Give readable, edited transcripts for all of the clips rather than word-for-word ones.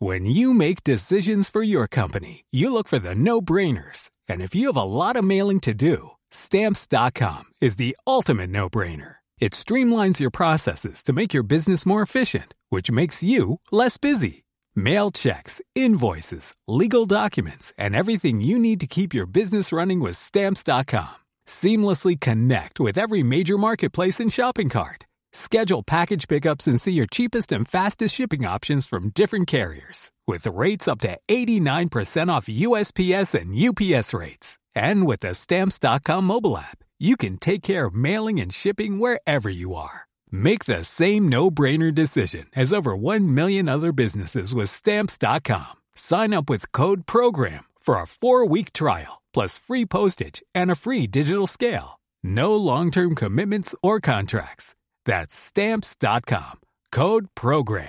When you make decisions for your company, you look for the no-brainers. And if you have a lot of mailing to do, Stamps.com is the ultimate no-brainer. It streamlines your processes to make your business more efficient, which makes you less busy. Mail checks, invoices, legal documents, and everything you need to keep your business running with Stamps.com. Seamlessly connect with every major marketplace and shopping cart. Schedule package pickups and see your cheapest and fastest shipping options from different carriers. With rates up to 89% off USPS and UPS rates. And with the Stamps.com mobile app, you can take care of mailing and shipping wherever you are. Make the same no-brainer decision as over 1 million other businesses with Stamps.com. Sign up with code PROGRAM for a 4-week trial, plus free postage and a free digital scale. No long-term commitments or contracts. That's Stamps.com. Code PROGRAM.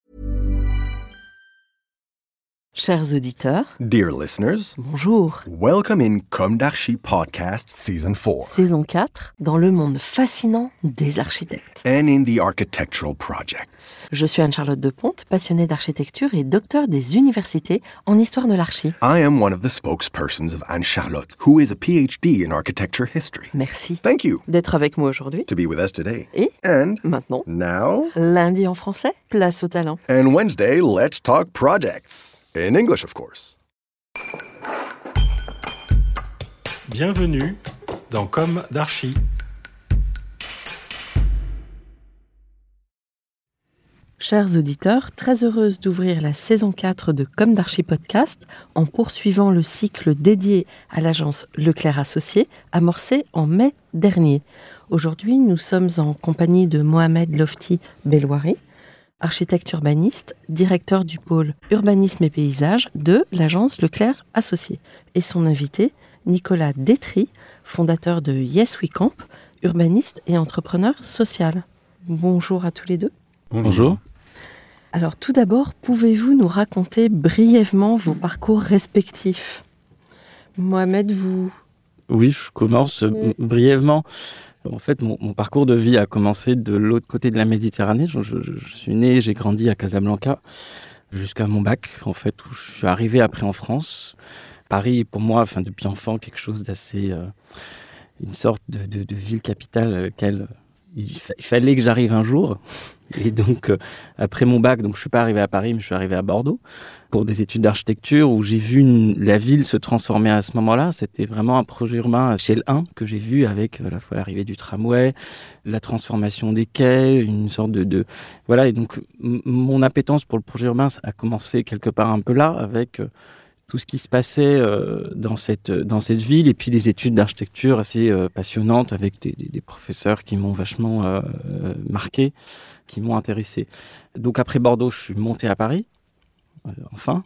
Chers auditeurs, Dear listeners, bonjour. welcome in Comme d'Archi Podcast Season 4 Saison 4, dans le monde fascinant des architectes. and in the architectural projects. Je suis Anne-Charlotte Deponte, passionnée d'architecture et docteur des universités en histoire de l'archi. I am one of the spokespersons of Anne-Charlotte, who is a PhD in architecture history. Merci Thank you d'être avec moi aujourd'hui. to be with us today. Et And maintenant, now, lundi en français, place au talent. and Wednesday, let's talk projects. In English, of course. Bienvenue dans Comme d'Archi. Chers auditeurs, très heureuse d'ouvrir la saison 4 de Comme d'Archi Podcast en poursuivant le cycle dédié à l'agence Leclerc Associés, amorcé en mai dernier. Aujourd'hui, nous sommes en compagnie de Mohamed Lofti Belwari, architecte urbaniste, directeur du pôle urbanisme et paysage de l'agence Leclerc Associés, et son invité, Nicolas Détry, fondateur de Yes We Camp, urbaniste et entrepreneur social. Bonjour à tous les deux. Bonjour. Alors tout d'abord, pouvez-vous nous raconter brièvement vos parcours respectifs ? Mohamed, vous... Oui, je commence brièvement. En fait, mon parcours de vie a commencé de l'autre côté de la Méditerranée. Je suis né, j'ai grandi à Casablanca jusqu'à mon bac, en fait, où je suis arrivé après en France. Paris est pour moi, depuis enfant, quelque chose d'assez... une sorte de ville capitale à laquelle il fallait que j'arrive un jour. Et donc, après mon bac, donc, je ne suis pas arrivé à Paris, mais je suis arrivé à Bordeaux pour des études d'architecture où j'ai vu la ville se transformer à ce moment-là. C'était vraiment un projet urbain chez L1 que j'ai vu avec à la fois l'arrivée du tramway, la transformation des quais, une sorte de... Voilà, et donc mon appétence pour le projet urbain a commencé quelque part un peu là avec... tout ce qui se passait dans cette ville, et puis des études d'architecture assez passionnantes avec des professeurs qui m'ont vachement marqué, qui m'ont intéressé. Donc après Bordeaux, je suis monté à Paris, enfin,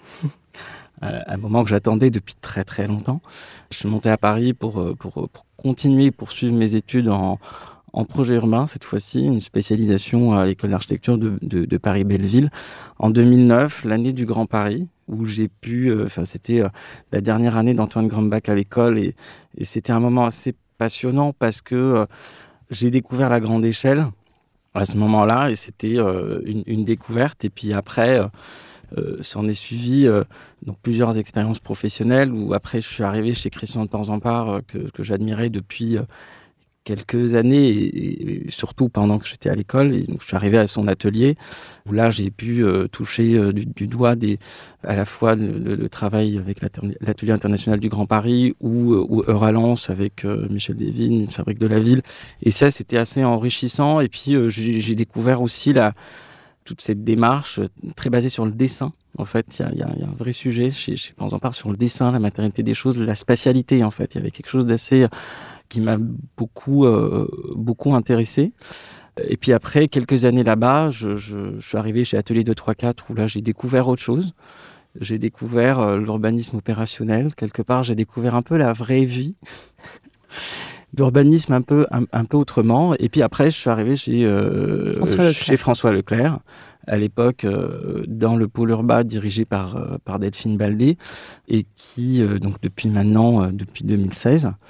un moment que j'attendais depuis très très longtemps. Je suis monté à Paris pour continuer, poursuivre mes études en projet urbain, cette fois-ci, une spécialisation à l'école d'architecture de Paris-Belleville, en 2009, l'année du Grand Paris, où j'ai pu... c'était la dernière année d'Antoine Grumbach à l'école, et c'était un moment assez passionnant parce que j'ai découvert la grande échelle à ce moment-là, et c'était une découverte. Et puis après, s'en est suivi donc plusieurs expériences professionnelles, où après, je suis arrivé chez Christian de Porzampar, que j'admirais depuis... quelques années, et surtout pendant que j'étais à l'école. Et donc, je suis arrivé à son atelier, où là, j'ai pu toucher du doigt à la fois le travail avec l'atelier international du Grand Paris ou Euralance avec Michel Desvignes, une fabrique de la ville. Et ça, c'était assez enrichissant. Et puis, j'ai découvert aussi toute cette démarche très basée sur le dessin. En fait, il y a un vrai sujet chez Porzampar sur le dessin, la matérialité des choses, la spatialité, en fait. Il y avait quelque chose d'assez... qui m'a beaucoup intéressé. Et puis après, quelques années là-bas, je suis arrivé chez Atelier 234, où là, j'ai découvert autre chose. J'ai découvert l'urbanisme opérationnel. Quelque part, j'ai découvert un peu la vraie vie d'urbanisme un peu autrement. Et puis après, je suis arrivé chez François Leclerc, à l'époque dans le pôle urbain dirigé par Delphine Baldé, et qui, donc depuis 2016,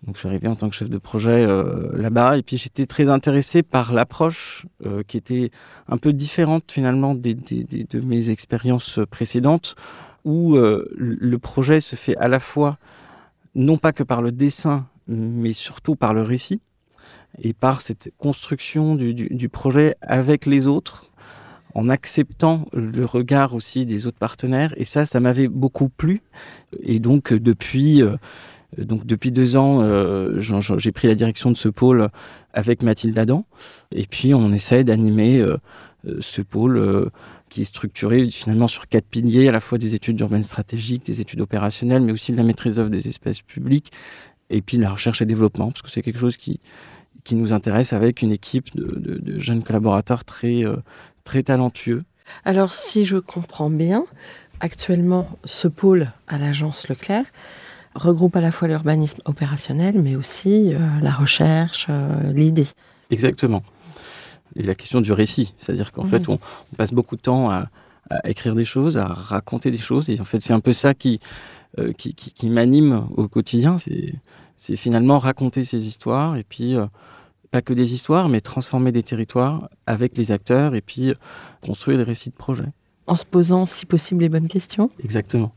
Donc je suis arrivé en tant que chef de projet là-bas, et puis j'étais très intéressé par l'approche qui était un peu différente finalement de mes expériences précédentes, où le projet se fait à la fois non pas que par le dessin, mais surtout par le récit, et par cette construction du projet avec les autres, en acceptant le regard aussi des autres partenaires. Et ça m'avait beaucoup plu. Et donc, depuis 2 ans, j'ai pris la direction de ce pôle avec Mathilde Adam. Et puis, on essaie d'animer ce pôle qui est structuré finalement sur 4 piliers, à la fois des études urbaines stratégiques, des études opérationnelles, mais aussi de la maîtrise d'œuvre des espaces publics, et puis de la recherche et développement, parce que c'est quelque chose qui nous intéresse, avec une équipe de jeunes collaborateurs très talentueux. Alors, si je comprends bien, actuellement, ce pôle à l'agence Leclerc regroupe à la fois l'urbanisme opérationnel, mais aussi la recherche, l'idée. Exactement. Et la question du récit, c'est-à-dire qu'en fait, on passe beaucoup de temps à écrire des choses, à raconter des choses, et en fait, c'est un peu ça qui m'anime au quotidien, c'est finalement raconter ces histoires, et puis pas que des histoires, mais transformer des territoires avec les acteurs, et puis construire des récits de projet. En se posant, si possible, les bonnes questions. Exactement.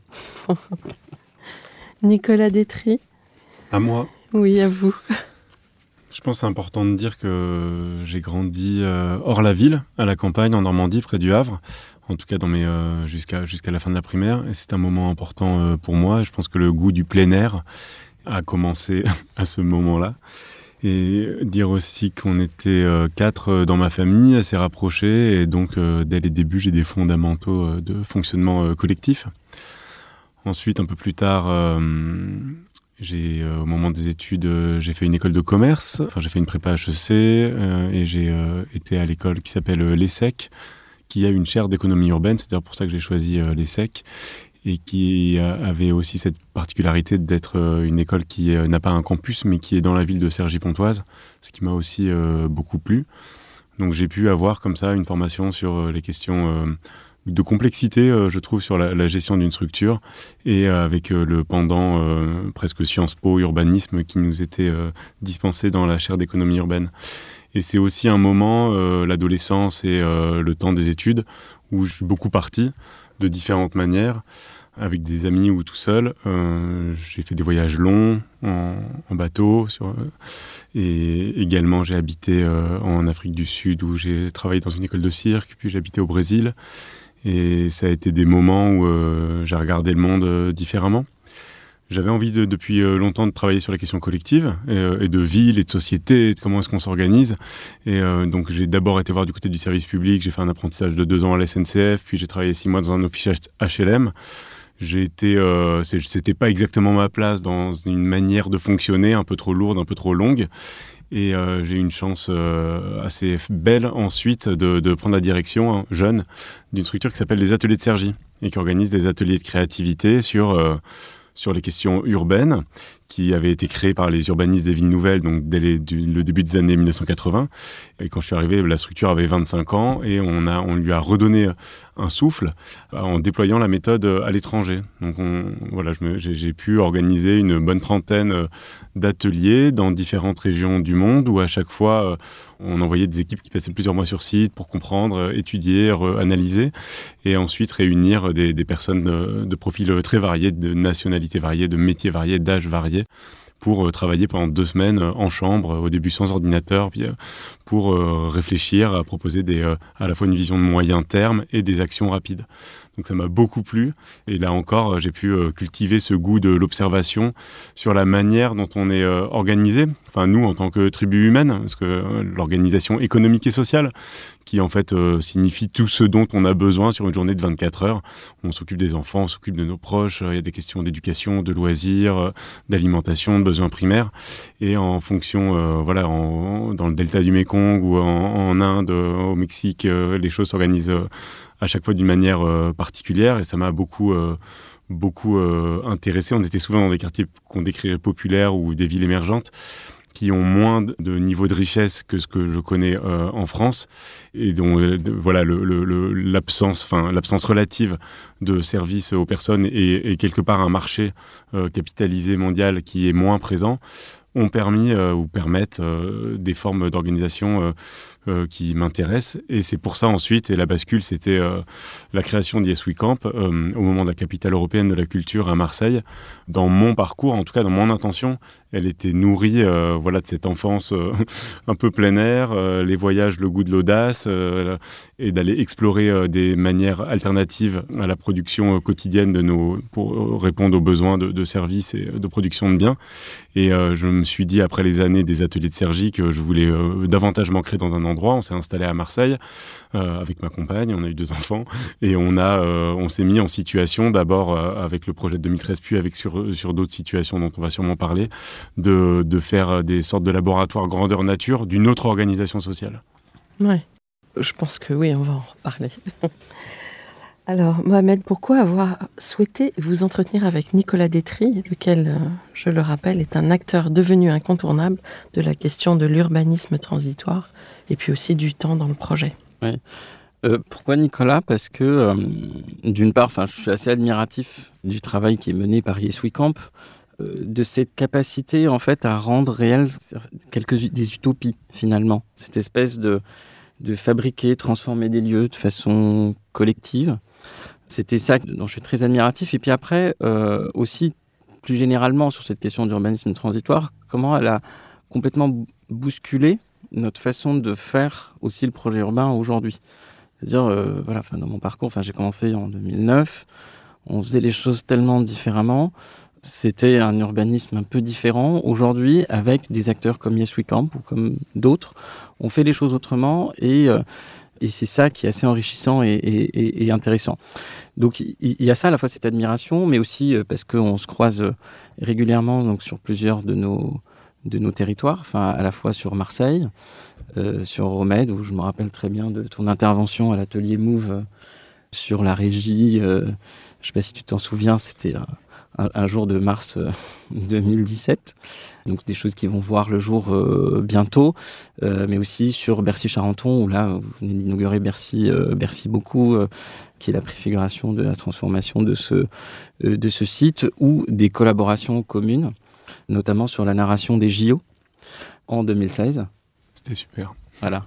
Nicolas Détry. À moi. Oui, à vous. Je pense que c'est important de dire que j'ai grandi hors la ville, à la campagne, en Normandie, près du Havre. En tout cas, jusqu'à la fin de la primaire. Et c'est un moment important pour moi. Je pense que le goût du plein air a commencé à ce moment-là. Et dire aussi qu'on était 4 dans ma famille, assez rapprochés. Et donc, dès les débuts, j'ai des fondamentaux de fonctionnement collectif. Ensuite, un peu plus tard, au moment des études, j'ai fait une école de commerce. Enfin, j'ai fait une prépa HEC et j'ai été à l'école qui s'appelle l'ESSEC, qui a une chaire d'économie urbaine. C'est d'ailleurs pour ça que j'ai choisi l'ESSEC, et qui avait aussi cette particularité d'être une école qui n'a pas un campus, mais qui est dans la ville de Cergy-Pontoise, ce qui m'a aussi beaucoup plu. Donc j'ai pu avoir comme ça une formation sur les questions de complexité, je trouve, sur la gestion d'une structure, et avec le pendant presque Sciences Po, urbanisme, qui nous était dispensé dans la chaire d'économie urbaine. Et c'est aussi un moment, l'adolescence et le temps des études, où je suis beaucoup parti de différentes manières, avec des amis ou tout seul. J'ai fait des voyages longs en bateau, et également j'ai habité en Afrique du Sud, où j'ai travaillé dans une école de cirque, puis j'ai habité au Brésil. Et ça a été des moments où j'ai regardé le monde différemment. J'avais envie depuis longtemps de travailler sur la question collective et de ville et de société, et de comment est-ce qu'on s'organise. Et donc j'ai d'abord été voir du côté du service public. J'ai fait un apprentissage de 2 ans à la SNCF, puis j'ai travaillé 6 mois dans un office HLM. C'était pas exactement ma place, dans une manière de fonctionner un peu trop lourde, un peu trop longue. Et j'ai eu une chance assez belle ensuite de prendre la direction, jeune, d'une structure qui s'appelle les Ateliers de Cergy, et qui organise des ateliers de créativité sur les questions urbaines, qui avaient été créés par les urbanistes des villes nouvelles, donc dès le début des années 1980. Et quand je suis arrivé, la structure avait 25 ans, et on lui a redonné un souffle en déployant la méthode à l'étranger. Donc j'ai pu organiser une bonne trentaine d'ateliers dans différentes régions du monde, où à chaque fois on envoyait des équipes qui passaient plusieurs mois sur site pour comprendre, étudier, analyser, et ensuite réunir des personnes de profils très variés, de nationalités variées, de métiers variés, d'âges variés, pour travailler pendant 2 semaines en chambre, au début sans ordinateur, puis pour réfléchir, à proposer à la fois une vision de moyen terme et des actions rapides. Donc ça m'a beaucoup plu, et là encore j'ai pu cultiver ce goût de l'observation sur la manière dont on est organisé, enfin nous en tant que tribu humaine, parce que l'organisation économique et sociale, qui en fait signifie tout ce dont on a besoin sur une journée de 24 heures. On s'occupe des enfants, on s'occupe de nos proches, il y a des questions d'éducation, de loisirs, d'alimentation, de besoins primaires, et en fonction, dans le delta du Mékong ou en Inde, au Mexique, les choses s'organisent à chaque fois d'une manière particulière, et ça m'a beaucoup intéressé. On était souvent dans des quartiers qu'on décrirait populaires ou des villes émergentes, qui ont moins de niveau de richesse que ce que je connais en France, et dont l'absence relative de services aux personnes et quelque part un marché capitalisé mondial qui est moins présent, ont permis ou permettent des formes d'organisation qui m'intéressent. Et c'est pour ça ensuite, et la bascule, c'était la création d'Yes We Camp au moment de la capitale européenne de la culture à Marseille. Dans mon parcours, en tout cas dans mon intention, elle était nourrie de cette enfance un peu plein air, les voyages, le goût de l'audace, et d'aller explorer des manières alternatives à la production quotidienne pour répondre aux besoins de services et de production de biens. Et je me suis dit, après les années des ateliers de Cergy, que je voulais davantage m'ancrer dans un endroit. On s'est installé à Marseille avec ma compagne, on a eu 2 enfants, et on s'est mis en situation, d'abord avec le projet de 2013, puis sur d'autres situations dont on va sûrement parler, de faire des sortes de laboratoires grandeur nature d'une autre organisation sociale. Ouais, je pense que oui, on va en reparler. Alors, Mohamed, pourquoi avoir souhaité vous entretenir avec Nicolas Détry, lequel, je le rappelle, est un acteur devenu incontournable de la question de l'urbanisme transitoire et puis aussi du temps dans le projet? Oui. Pourquoi Nicolas ? Parce que, d'une part, je suis assez admiratif du travail qui est mené par Yes We Camp, de cette capacité en fait à rendre réelles des utopies finalement. Cette espèce de fabriquer, transformer des lieux de façon collective. C'était ça dont je suis très admiratif. Et puis après, aussi, plus généralement, sur cette question d'urbanisme transitoire, comment elle a complètement bousculé notre façon de faire aussi le projet urbain aujourd'hui. C'est-à-dire, dans mon parcours, j'ai commencé en 2009, on faisait les choses tellement différemment, c'était un urbanisme un peu différent. Aujourd'hui, avec des acteurs comme Yes We Camp ou comme d'autres, on fait les choses autrement et c'est ça qui est assez enrichissant et intéressant. Donc il y a ça, à la fois cette admiration, mais aussi parce qu'on se croise régulièrement donc, sur plusieurs de nos territoires, à la fois sur Marseille, sur Euromède, où je me rappelle très bien de ton intervention à l'atelier Move sur la régie. Je ne sais pas si tu t'en souviens, c'était un jour de mars 2017. Donc des choses qui vont voir le jour bientôt, mais aussi sur Bercy-Charenton, où là, vous venez d'inaugurer Bercy beaucoup, qui est la préfiguration de la transformation de ce site, ou des collaborations communes, notamment sur la narration des JO en 2016. C'était super. Voilà.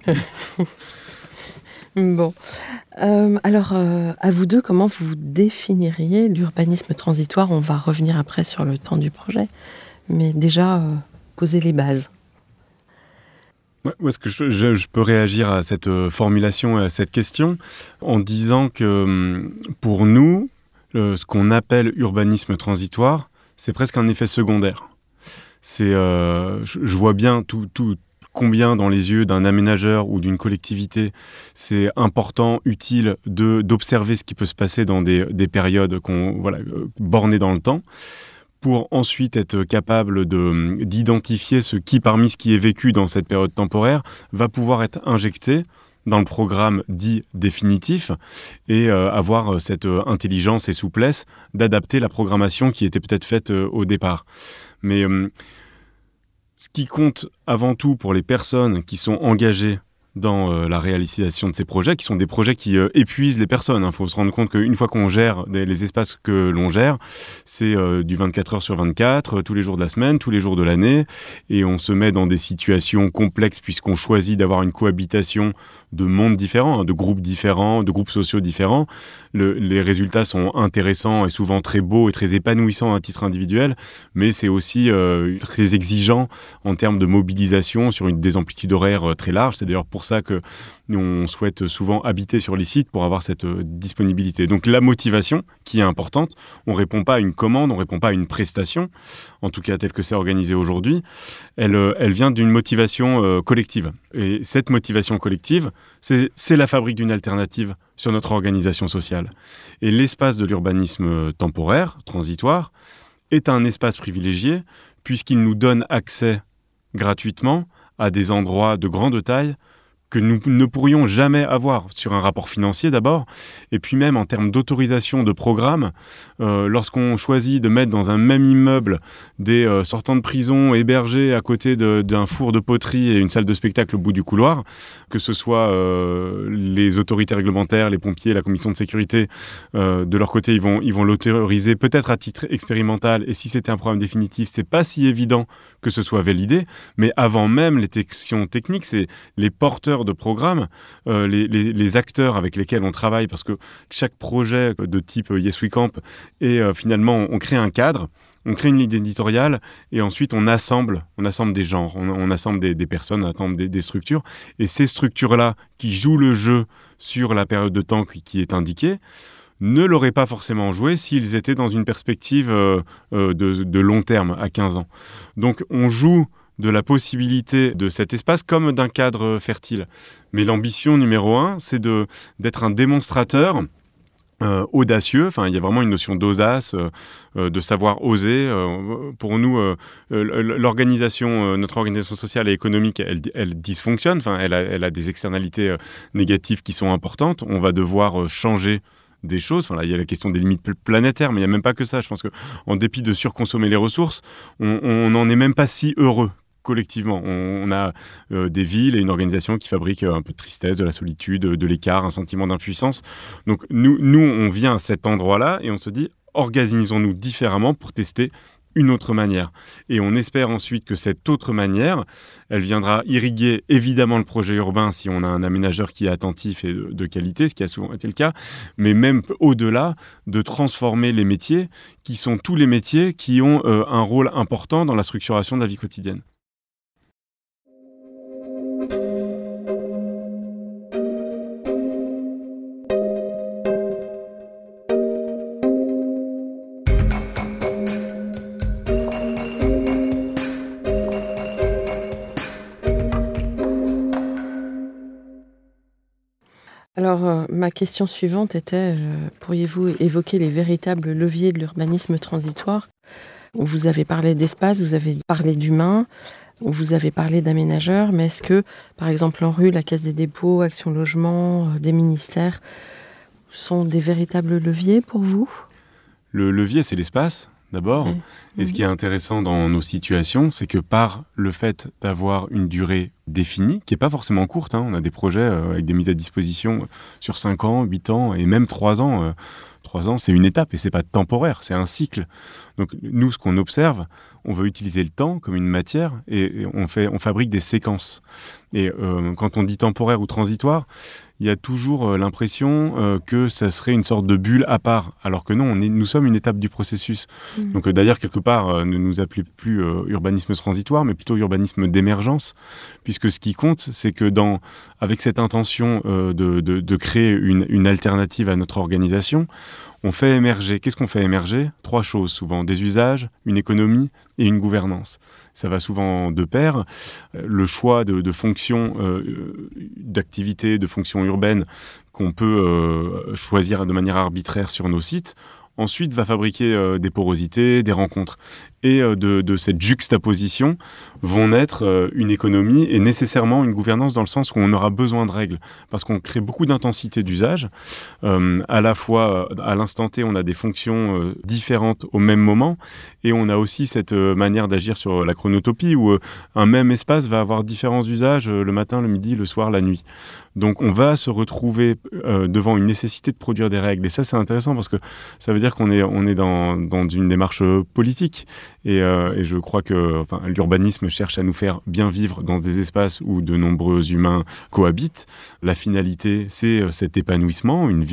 Bon. Alors, à vous deux, comment vous définiriez l'urbanisme transitoire ? On va revenir après sur le temps du projet. Mais déjà, poser les bases. Moi, est-ce que je peux réagir à cette formulation et à cette question en disant que pour nous, ce qu'on appelle urbanisme transitoire, c'est presque un effet secondaire. Je vois bien combien dans les yeux d'un aménageur ou d'une collectivité, c'est important, utile d'observer ce qui peut se passer dans des périodes bornées dans le temps, pour ensuite être capable d'identifier ce qui est vécu dans cette période temporaire va pouvoir être injecté dans le programme dit définitif et avoir cette intelligence et souplesse d'adapter la programmation qui était peut-être faite au départ. Mais ce qui compte avant tout pour les personnes qui sont engagées dans la réalisation de ces projets, qui sont des projets qui épuisent les personnes. Il faut se rendre compte qu'une fois qu'on gère les espaces que l'on gère, c'est du 24 heures sur 24, tous les jours de la semaine, tous les jours de l'année, et on se met dans des situations complexes puisqu'on choisit d'avoir une cohabitation de mondes différents, de groupes différents, de groupes sociaux différents. Les résultats sont intéressants et souvent très beaux et très épanouissants à titre individuel, mais c'est aussi très exigeant en termes de mobilisation sur des amplitudes horaires très larges. C'est d'ailleurs pour ça que on souhaite souvent habiter sur les sites pour avoir cette disponibilité. Donc la motivation qui est importante, on ne répond pas à une commande, on ne répond pas à une prestation, en tout cas telle que c'est organisé aujourd'hui, elle vient d'une motivation collective. Et cette motivation collective, c'est la fabrique d'une alternative sur notre organisation sociale. Et l'espace de l'urbanisme temporaire, transitoire, est un espace privilégié puisqu'il nous donne accès gratuitement à des endroits de grande taille que nous ne pourrions jamais avoir sur un rapport financier d'abord, et puis même en termes d'autorisation de programme, lorsqu'on choisit de mettre dans un même immeuble des sortants de prison hébergés à côté d'un four de poterie et une salle de spectacle au bout du couloir, que ce soit les autorités réglementaires, les pompiers, la commission de sécurité, de leur côté, ils vont l'autoriser peut-être à titre expérimental, et si c'était un programme définitif, c'est pas si évident que ce soit validé, mais avant même les questions techniques, c'est les porteurs de programmes, les acteurs avec lesquels on travaille, parce que chaque projet de type Yes We Camp, et finalement, on crée un cadre, on crée une ligne éditoriale, et ensuite on assemble des genres, on assemble des personnes, on assemble des structures, et ces structures-là qui jouent le jeu sur la période de temps qui est indiquée, ne l'auraient pas forcément joué s'ils étaient dans une perspective de long terme, à 15 ans. Donc on joue de la possibilité de cet espace comme d'un cadre fertile. Mais l'ambition numéro 1, c'est d'être un démonstrateur audacieux. Enfin, il y a vraiment une notion d'audace, de savoir oser. Pour nous, notre organisation sociale et économique, elle dysfonctionne. Enfin, elle a des externalités négatives qui sont importantes. On va devoir changer des choses. Enfin, là, il y a la question des limites planétaires, mais il n'y a même pas que ça. Je pense qu'en dépit de surconsommer les ressources, on n'en est même pas si heureux collectivement. On a des villes et une organisation qui fabriquent un peu de tristesse, de la solitude, de l'écart, un sentiment d'impuissance. Donc nous, on vient à cet endroit-là et on se dit, organisons-nous différemment pour tester une autre manière. Et on espère ensuite que cette autre manière, elle viendra irriguer évidemment le projet urbain si on a un aménageur qui est attentif et de qualité, ce qui a souvent été le cas, mais même au-delà, de transformer les métiers qui sont tous les métiers qui ont un rôle important dans la structuration de la vie quotidienne. Alors, ma question suivante était, pourriez-vous évoquer les véritables leviers de l'urbanisme transitoire ? Vous avez parlé d'espace, vous avez parlé d'humain, vous avez parlé d'aménageurs, mais est-ce que, par exemple, l'ANRU, la Caisse des dépôts, Action Logement, des ministères, sont des véritables leviers pour vous ? Le levier, c'est l'espace, d'abord. Oui. Et ce qui est intéressant dans nos situations, c'est que par le fait d'avoir une durée définie, qui n'est pas forcément courte, on a des projets avec des mises à disposition sur 5 ans, 8 ans et même 3 ans. 3 ans, c'est une étape et c'est pas temporaire, c'est un cycle. Donc nous, ce qu'on observe, on veut utiliser le temps comme une matière et on fabrique des séquences. Et quand on dit temporaire ou transitoire, il y a toujours l'impression que ça serait une sorte de bulle à part, alors que non, nous sommes une étape du processus. Donc d'ailleurs, quelque part, ne nous appelez plus urbanisme transitoire, mais plutôt urbanisme d'émergence, puisque ce qui compte, c'est que avec cette intention de créer une alternative à notre organisation, on fait émerger. Qu'est-ce qu'on fait émerger ? 3 choses souvent, des usages, une économie et une gouvernance. Ça va souvent de pair. Le choix de fonctions, d'activités, de fonctions urbaines qu'on peut choisir de manière arbitraire sur nos sites, ensuite va fabriquer des porosités, des rencontres. Et de cette juxtaposition vont naître une économie et nécessairement une gouvernance dans le sens où on aura besoin de règles. Parce qu'on crée beaucoup d'intensité d'usage. À la fois, à l'instant T, on a des fonctions différentes au même moment. Et on a aussi cette manière d'agir sur la chronotopie où un même espace va avoir différents usages le matin, le midi, le soir, la nuit. Donc on va se retrouver devant une nécessité de produire des règles. Et ça, c'est intéressant parce que ça veut dire qu'on est dans une démarche politique. Et je crois que l'urbanisme cherche à nous faire bien vivre dans des espaces où de nombreux humains cohabitent. La finalité, c'est cet épanouissement, une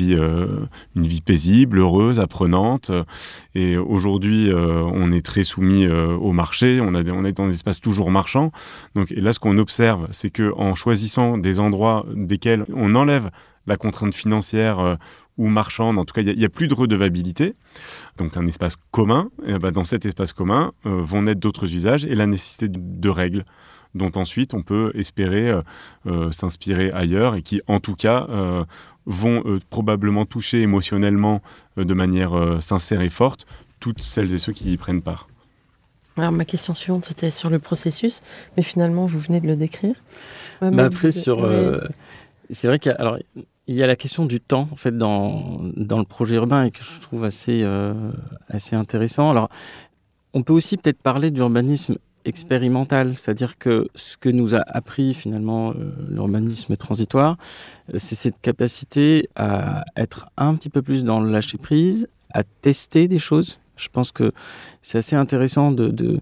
vie paisible, heureuse, apprenante. Et aujourd'hui, on est très soumis au marché. On est dans des espaces toujours marchands. Donc, et là, ce qu'on observe, c'est qu'en choisissant des endroits desquels on enlève la contrainte financière ou marchande, en tout cas, il n'y a plus de redevabilité. Donc, un espace commun. Et dans cet espace commun vont naître d'autres usages et la nécessité de règles dont ensuite on peut espérer s'inspirer ailleurs et qui, en tout cas, vont probablement toucher émotionnellement de manière sincère et forte toutes celles et ceux qui y prennent part. Alors, ma question suivante, c'était sur le processus, mais finalement, vous venez de le décrire. Après, c'est vrai qu'il y a la question du temps, en fait, dans le projet urbain, et que je trouve assez intéressant. Alors, on peut aussi peut-être parler d'urbanisme expérimental, c'est-à-dire que ce que nous a appris finalement l'urbanisme transitoire, c'est cette capacité à être un petit peu plus dans le lâcher-prise, à tester des choses. Je pense que c'est assez intéressant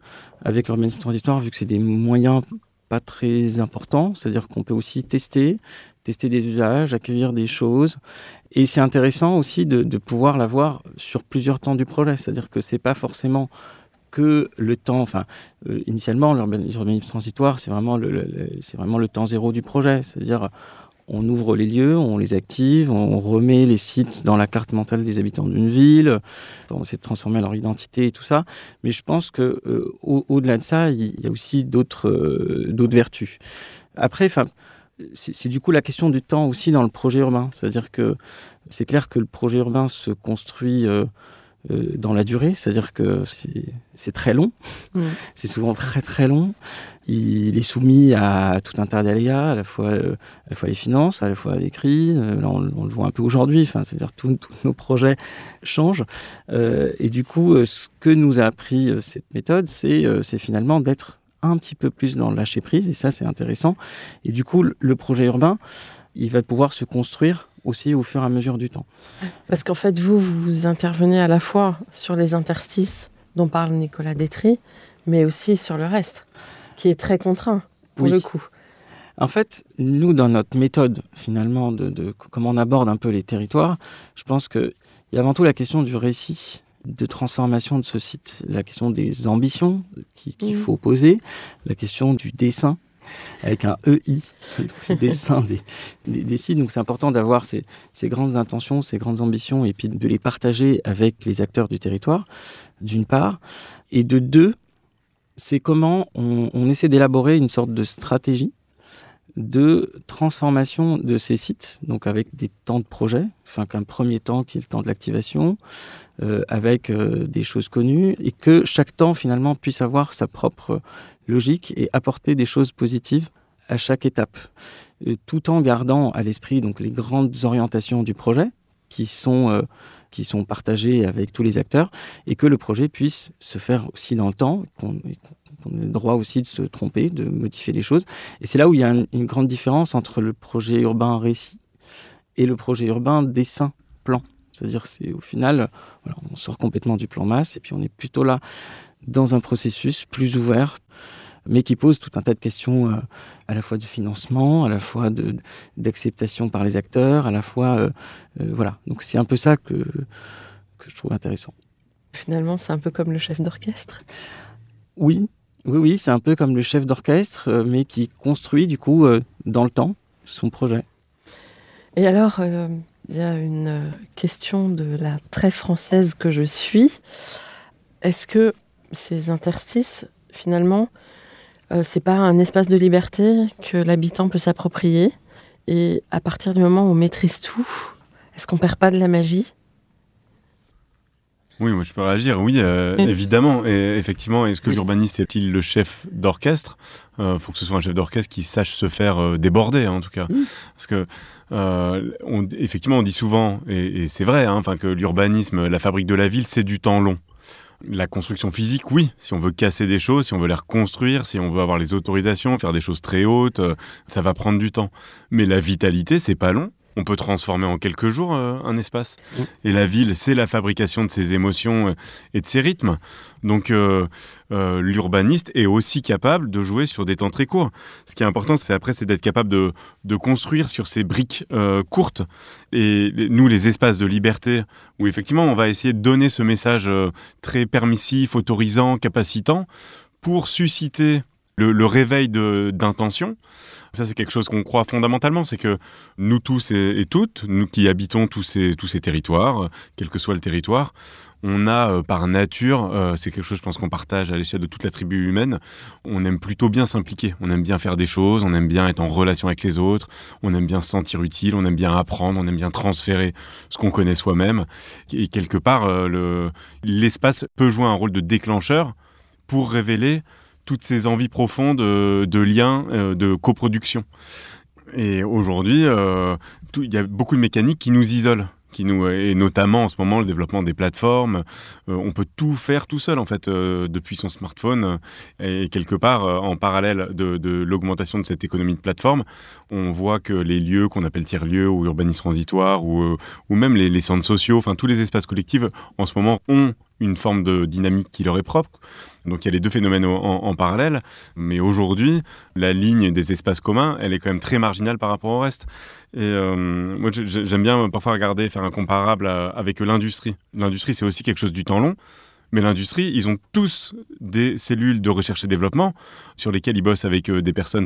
avec l'urbanisme transitoire, vu que c'est des moyens pas très importants, c'est-à-dire qu'on peut aussi tester des usages, accueillir des choses. Et c'est intéressant aussi de pouvoir l'avoir sur plusieurs temps du projet, c'est-à-dire que c'est pas forcément que le temps, initialement, l'urbanisme transitoire, c'est vraiment le temps zéro du projet. C'est-à-dire, on ouvre les lieux, on les active, on remet les sites dans la carte mentale des habitants d'une ville, on essaie de transformer leur identité et tout ça. Mais je pense que au-delà de ça, il y a aussi d'autres vertus. Après, c'est du coup la question du temps aussi dans le projet urbain. C'est-à-dire que c'est clair que le projet urbain se construit dans la durée, c'est-à-dire que c'est très long, c'est souvent très très long. Il est soumis à tout un tas d'aléas, à la fois les finances, à la fois les crises. Là, on le voit un peu aujourd'hui, c'est-à-dire tous nos projets changent. Et du coup, ce que nous a appris cette méthode, c'est finalement d'être un petit peu plus dans le lâcher-prise, et ça, c'est intéressant. Et du coup, le projet urbain, il va pouvoir se construire aussi au fur et à mesure du temps. Parce qu'en fait, vous intervenez à la fois sur les interstices dont parle Nicolas Détry, mais aussi sur le reste, qui est très contraint, pour le coup. En fait, nous, dans notre méthode, finalement, de comment on aborde un peu les territoires, je pense qu'il y a avant tout la question du récit, de transformation de ce site, la question des ambitions qu'il faut poser, la question du dessin, avec un EI, le dessin des sites. Donc c'est important d'avoir ces grandes intentions, ces grandes ambitions, et puis de les partager avec les acteurs du territoire, d'une part. Et de deux, c'est comment on essaie d'élaborer une sorte de stratégie de transformation de ces sites, donc avec des temps de projet, qu'un premier temps qui est le temps de l'activation, avec des choses connues, et que chaque temps finalement puisse avoir sa propre logique et apporter des choses positives à chaque étape, tout en gardant à l'esprit donc les grandes orientations du projet qui sont partagées avec tous les acteurs, et que le projet puisse se faire aussi dans le temps, qu'on ait le droit aussi de se tromper, de modifier les choses. Et c'est là où il y a une grande différence entre le projet urbain récit et le projet urbain dessin plan. C'est-à-dire c'est au final, on sort complètement du plan masse, et puis on est plutôt là dans un processus plus ouvert, mais qui pose tout un tas de questions à la fois de financement, à la fois d'acceptation par les acteurs, à la fois... Donc c'est un peu ça que je trouve intéressant. Finalement, c'est un peu comme le chef d'orchestre. Oui, c'est un peu comme le chef d'orchestre, mais qui construit du coup dans le temps son projet. Et alors, il y a une question de la très française que je suis. Est-ce que ces interstices, finalement, c'est pas un espace de liberté que l'habitant peut s'approprier, et à partir du moment où on maîtrise tout, est-ce qu'on perd pas de la magie ? Oui, moi je peux réagir. Oui, évidemment. Et effectivement, est-ce que l'urbaniste est-il le chef d'orchestre ? Faut que ce soit un chef d'orchestre qui sache se faire déborder, en tout cas. Parce que effectivement, on dit souvent, et c'est vrai, que l'urbanisme, la fabrique de la ville, c'est du temps long. La construction physique, oui. Si on veut casser des choses, si on veut les reconstruire, si on veut avoir les autorisations, faire des choses très hautes, ça va prendre du temps. Mais la vitalité, c'est pas long. On peut transformer en quelques jours un espace. Et la ville, c'est la fabrication de ses émotions et de ses rythmes. Donc l'urbaniste est aussi capable de jouer sur des temps très courts. Ce qui est important, c'est d'être capable de construire sur ces briques courtes. Et nous, les espaces de liberté, où effectivement, on va essayer de donner ce message très permissif, autorisant, capacitant, pour susciter le réveil d'intention. Ça, c'est quelque chose qu'on croit fondamentalement, c'est que nous tous et toutes, nous qui habitons tous ces territoires, quel que soit le territoire, on a par nature, c'est quelque chose je pense qu'on partage à l'échelle de toute la tribu humaine, on aime plutôt bien s'impliquer, on aime bien faire des choses, on aime bien être en relation avec les autres, on aime bien se sentir utile, on aime bien apprendre, on aime bien transférer ce qu'on connaît soi-même. Et quelque part, l'espace peut jouer un rôle de déclencheur pour révéler toutes ces envies profondes de liens, de coproduction. Et aujourd'hui, il y a beaucoup de mécaniques qui nous isolent. Et notamment en ce moment le développement des plateformes, on peut tout faire tout seul en fait depuis son smartphone et quelque part en parallèle de l'augmentation de cette économie de plateforme, on voit que les lieux qu'on appelle tiers-lieux ou urbanisme transitoire ou même les centres sociaux, enfin tous les espaces collectifs en ce moment ont une forme de dynamique qui leur est propre. Donc il y a les deux phénomènes en parallèle, mais aujourd'hui, la ligne des espaces communs, elle est quand même très marginale par rapport au reste. Et moi, j'aime bien parfois faire un comparable avec l'industrie. L'industrie, c'est aussi quelque chose du temps long, mais l'industrie, ils ont tous des cellules de recherche et développement sur lesquelles ils bossent avec des personnes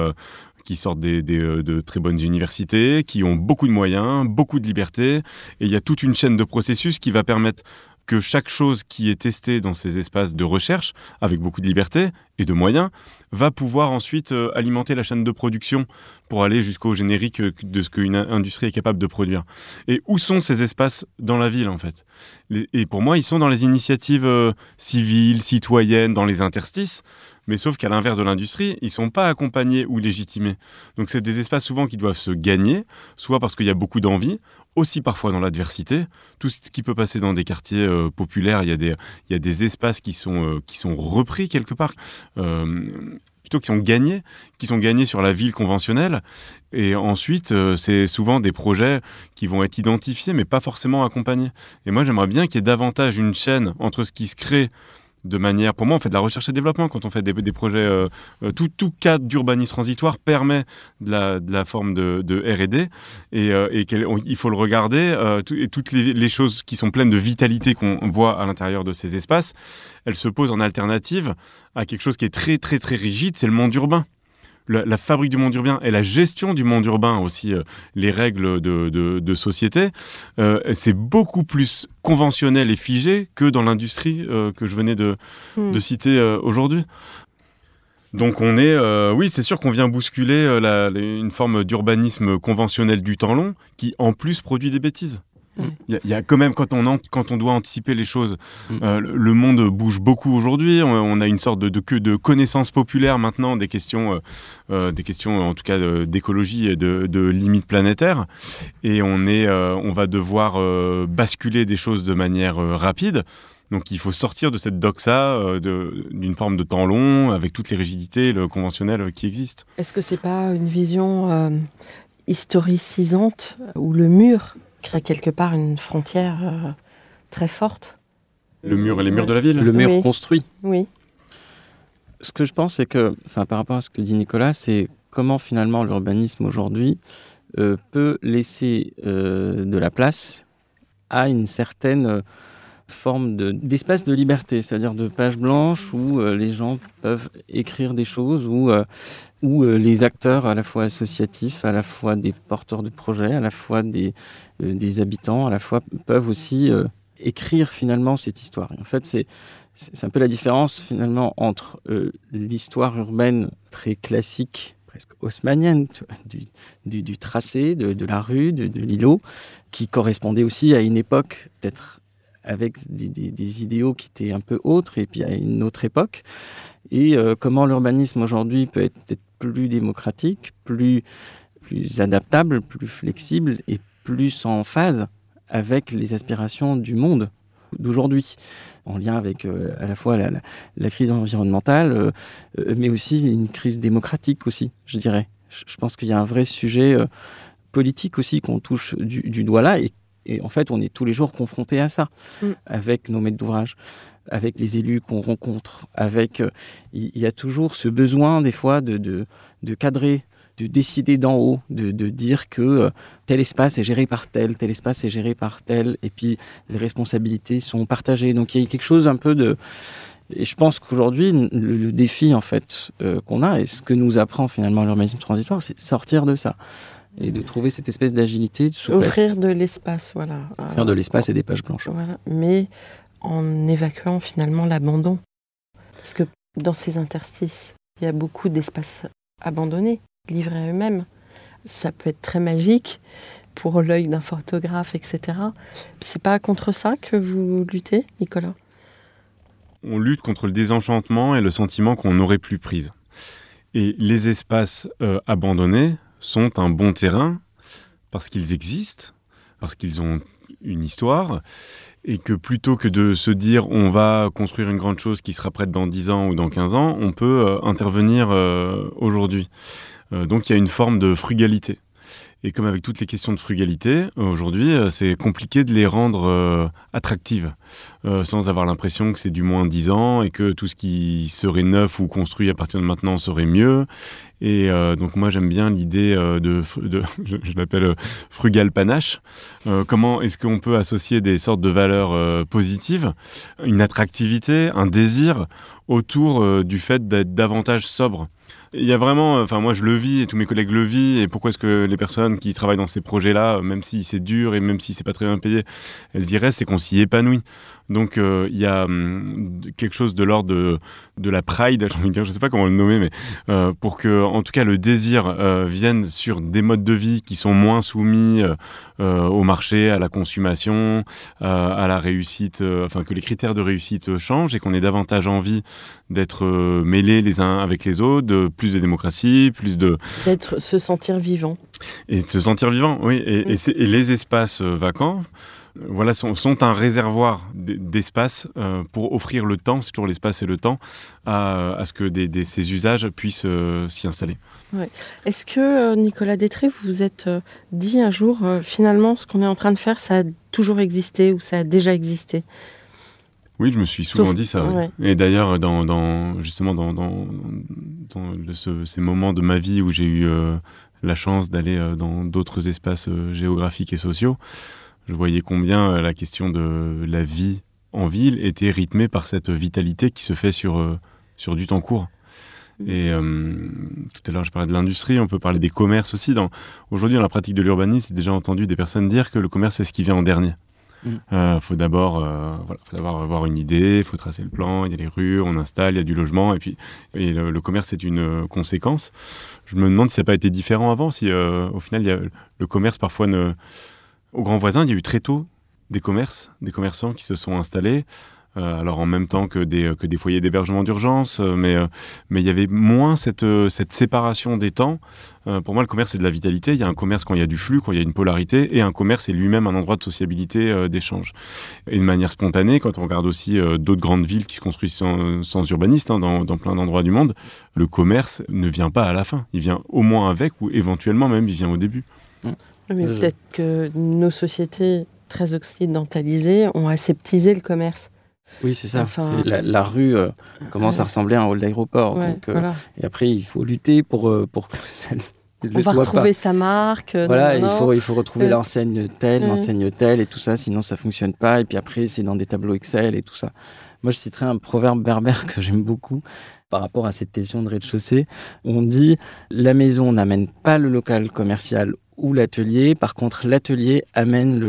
qui sortent de très bonnes universités, qui ont beaucoup de moyens, beaucoup de liberté, et il y a toute une chaîne de processus qui va permettre que chaque chose qui est testée dans ces espaces de recherche, avec beaucoup de liberté et de moyens, va pouvoir ensuite alimenter la chaîne de production pour aller jusqu'au générique de ce qu'une industrie est capable de produire. Et où sont ces espaces dans la ville, en fait ? Et pour moi, ils sont dans les initiatives civiles, citoyennes, dans les interstices, mais sauf qu'à l'inverse de l'industrie, ils ne sont pas accompagnés ou légitimés. Donc c'est des espaces souvent qui doivent se gagner, soit parce qu'il y a beaucoup d'envie, aussi parfois dans l'adversité. Tout ce qui peut passer dans des quartiers populaires, il y a des espaces qui sont repris quelque part, plutôt qui sont gagnés sur la ville conventionnelle. Et ensuite, c'est souvent des projets qui vont être identifiés, mais pas forcément accompagnés. Et moi, j'aimerais bien qu'il y ait davantage une chaîne entre ce qui se crée de manière... Pour moi, on fait de la recherche et développement quand on fait des projets... tout cadre d'urbanisme transitoire permet de la forme de R&D et il faut le regarder. Et toutes les choses qui sont pleines de vitalité qu'on voit à l'intérieur de ces espaces, elles se posent en alternative à quelque chose qui est très, très, très rigide, c'est le monde urbain. La fabrique du monde urbain et la gestion du monde urbain aussi, les règles de société, c'est beaucoup plus conventionnel et figé que dans l'industrie que je venais de citer aujourd'hui. Donc oui, c'est sûr qu'on vient bousculer une forme d'urbanisme conventionnel du temps long qui en plus produit des bêtises. Il y a quand même, quand on doit anticiper les choses, le monde bouge beaucoup aujourd'hui. On a une sorte de connaissance populaire maintenant des questions en tout cas d'écologie et de limites planétaires. Et on va devoir basculer des choses de manière rapide. Donc il faut sortir de cette doxa d'une forme de temps long avec toutes les rigidités conventionnelles qui existent. Est-ce que c'est pas une vision historicisante où le mur crée quelque part une frontière très forte? Les murs de la ville. Le mur construit. Oui. Ce que je pense, c'est que, par rapport à ce que dit Nicolas, c'est comment finalement l'urbanisme aujourd'hui peut laisser de la place à une certaine forme d'espace de liberté, c'est-à-dire de page blanche où les gens peuvent écrire des choses, où les acteurs à la fois associatifs, à la fois des porteurs de projets, à la fois des habitants, à la fois peuvent aussi écrire finalement cette histoire. Et en fait, c'est un peu la différence finalement entre l'histoire urbaine très classique, presque haussmannienne, du tracé, de la rue, de l'îlot, qui correspondait aussi à une époque peut-être avec des idéaux qui étaient un peu autres, et puis à une autre époque. Et comment l'urbanisme aujourd'hui peut être peut-être plus démocratique, plus adaptable, plus flexible et plus en phase avec les aspirations du monde d'aujourd'hui, en lien avec à la fois la crise environnementale, mais aussi une crise démocratique aussi, je dirais. Je pense qu'il y a un vrai sujet politique aussi qu'on touche du doigt là, et en fait, on est tous les jours confrontés à ça, avec nos maîtres d'ouvrage, avec les élus qu'on rencontre, il y a toujours ce besoin, des fois, de cadrer, de décider d'en haut, de dire que tel espace est géré par tel espace est géré par tel, et puis les responsabilités sont partagées. Donc, il y a quelque chose un peu de... Et je pense qu'aujourd'hui, le défi, en fait, qu'on a, et ce que nous apprend finalement l'urbanisme transitoire, c'est de sortir de ça. Et de trouver cette espèce d'agilité, de souplesse. Offrir de l'espace, voilà. Offrir de l'espace et des pages blanches. Voilà. Mais en évacuant finalement l'abandon. Parce que dans ces interstices, il y a beaucoup d'espaces abandonnés, livrés à eux-mêmes. Ça peut être très magique pour l'œil d'un photographe, etc. C'est pas contre ça que vous luttez, Nicolas ? on lutte contre le désenchantement et le sentiment qu'on n'aurait plus prise. Et les espaces abandonnés sont un bon terrain parce qu'ils existent, parce qu'ils ont une histoire, et que plutôt que de se dire on va construire une grande chose qui sera prête dans 10 ans ou dans 15 ans, on peut intervenir aujourd'hui. Donc il y a une forme de frugalité. Et comme avec toutes les questions de frugalité, aujourd'hui, c'est compliqué de les rendre attractives, sans avoir l'impression que c'est du moins 10 ans et que tout ce qui serait neuf ou construit à partir de maintenant serait mieux. Et donc moi, j'aime bien l'idée je l'appelle frugal panache. Comment est-ce qu'on peut associer des sortes de valeurs positives, une attractivité, un désir autour du fait d'être davantage sobre. Il y a vraiment, moi je le vis et tous mes collègues le vivent, et pourquoi est-ce que les personnes qui travaillent dans ces projets-là, même si c'est dur et même si c'est pas très bien payé, elles diraient, c'est qu'on s'y épanouit. Donc il y a quelque chose de l'ordre de la pride, j'ai envie de dire, je sais pas comment le nommer, mais pour que, en tout cas, le désir vienne sur des modes de vie qui sont moins soumis au marché, à la consommation, à la réussite, que les critères de réussite changent et qu'on ait davantage envie d'être mêlés les uns avec les autres, de plus de démocratie, se sentir vivant. Et de se sentir vivant, oui. Et les espaces vacants, voilà, sont un réservoir d'espace pour offrir le temps, c'est toujours l'espace et le temps, à ce que ces usages puissent s'y installer. Ouais. Est-ce que, Nicolas Détré, vous vous êtes dit un jour, finalement, ce qu'on est en train de faire, ça a toujours existé ou ça a déjà existé ? Oui, je me suis souvent dit ça. Ouais. Oui. Et d'ailleurs, dans ces moments de ma vie où j'ai eu la chance d'aller dans d'autres espaces géographiques et sociaux, je voyais combien la question de la vie en ville était rythmée par cette vitalité qui se fait sur du temps court. Et tout à l'heure, je parlais de l'industrie, on peut parler des commerces aussi. Aujourd'hui, dans la pratique de l'urbanisme, j'ai déjà entendu des personnes dire que le commerce, c'est ce qui vient en dernier. Faut d'abord avoir une idée, il faut tracer le plan, il y a les rues, on installe, il y a du logement, et le commerce est une conséquence. Je me demande si ça n'a pas été différent avant, si au final, le commerce parfois Au Grand Voisin, il y a eu très tôt des commerçants qui se sont installés, alors en même temps que des foyers d'hébergement d'urgence, mais il y avait moins cette séparation des temps. Pour moi, le commerce, c'est de la vitalité. Il y a un commerce quand il y a du flux, quand il y a une polarité, et un commerce est lui-même un endroit de sociabilité, d'échange. Et de manière spontanée, quand on regarde aussi d'autres grandes villes qui se construisent sans urbanistes, dans plein d'endroits du monde, le commerce ne vient pas à la fin. Il vient au moins avec, ou éventuellement même, il vient au début. Mais peut-être que nos sociétés très occidentalisées ont aseptisé le commerce. Oui, c'est ça. La rue commence à ressembler à un hall d'aéroport. Ouais, donc, et après, il faut lutter pour que ça ne le on va soit retrouver pas. sa marque. Il faut retrouver l'enseigne telle, et tout ça, sinon ça ne fonctionne pas. Et puis après, c'est dans des tableaux Excel et tout ça. Moi, je citerai un proverbe berbère que j'aime beaucoup par rapport à cette question de rez-de-chaussée. On dit « La maison n'amène pas le local commercial ou l'atelier. Par contre, l'atelier amène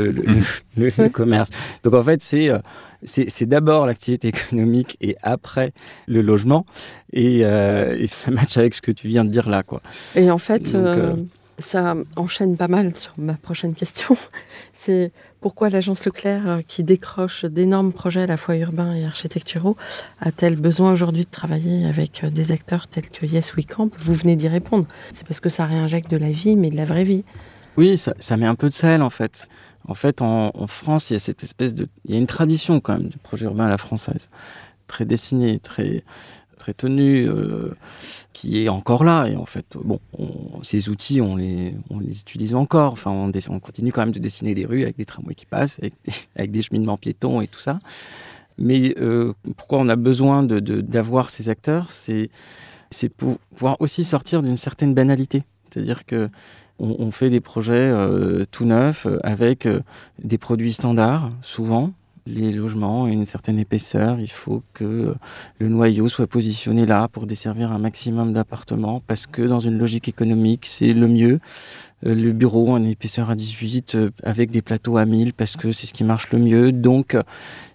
le commerce. » Donc, en fait, c'est d'abord l'activité économique et après le logement. Et ça matche avec ce que tu viens de dire là, quoi. Et en fait, ça enchaîne pas mal sur ma prochaine question. C'est pourquoi l'agence Leclerc, qui décroche d'énormes projets à la fois urbains et architecturaux, a-t-elle besoin aujourd'hui de travailler avec des acteurs tels que Yes We Camp ? Vous venez d'y répondre. C'est parce que ça réinjecte de la vie, mais de la vraie vie. Oui, ça met un peu de sel, en fait. En fait, en France, il y a cette espèce il y a une tradition quand même du projet urbain à la française, très dessinée, très tenue, qui est encore là. Et en fait, ces outils, on les utilise encore. Enfin, on continue quand même de dessiner des rues avec des tramways qui passent, avec des cheminements piétons et tout ça. Mais pourquoi on a besoin d'avoir ces acteurs, c'est pour pouvoir aussi sortir d'une certaine banalité. C'est-à-dire que on fait des projets tout neufs avec des produits standards, souvent. Les logements et une certaine épaisseur, il faut que le noyau soit positionné là pour desservir un maximum d'appartements parce que dans une logique économique, c'est le mieux. Le bureau en épaisseur à 18 avec des plateaux à 1000 parce que c'est ce qui marche le mieux. Donc,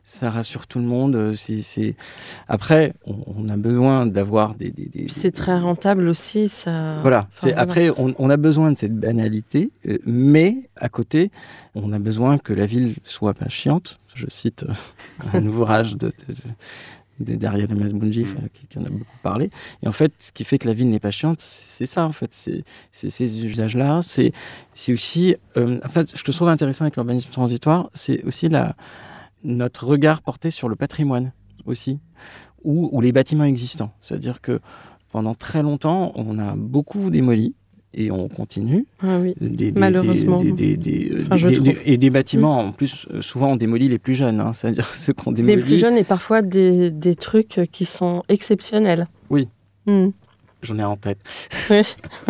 ça rassure tout le monde. Après, on a besoin d'avoir des... C'est très rentable aussi, ça... Voilà. Après, on a besoin de cette banalité, mais à côté, on a besoin que la ville soit pas chiante. Je cite un ouvrage d'Ariel Masbounji qui en a beaucoup parlé. Et en fait, ce qui fait que la ville n'est pas chiante, c'est ça, en fait. C'est ces usages-là. C'est aussi... en fait, ce que je trouve intéressant avec l'urbanisme transitoire, c'est aussi notre regard porté sur le patrimoine aussi, ou les bâtiments existants. C'est-à-dire que pendant très longtemps, on a beaucoup démoli, et on continue. Ah oui, malheureusement. Et des bâtiments, en plus, souvent on démolit les plus jeunes, hein, c'est-à-dire ceux qu'on démolit. Les plus jeunes et parfois des trucs qui sont exceptionnels. Oui. J'en ai en tête. Oui.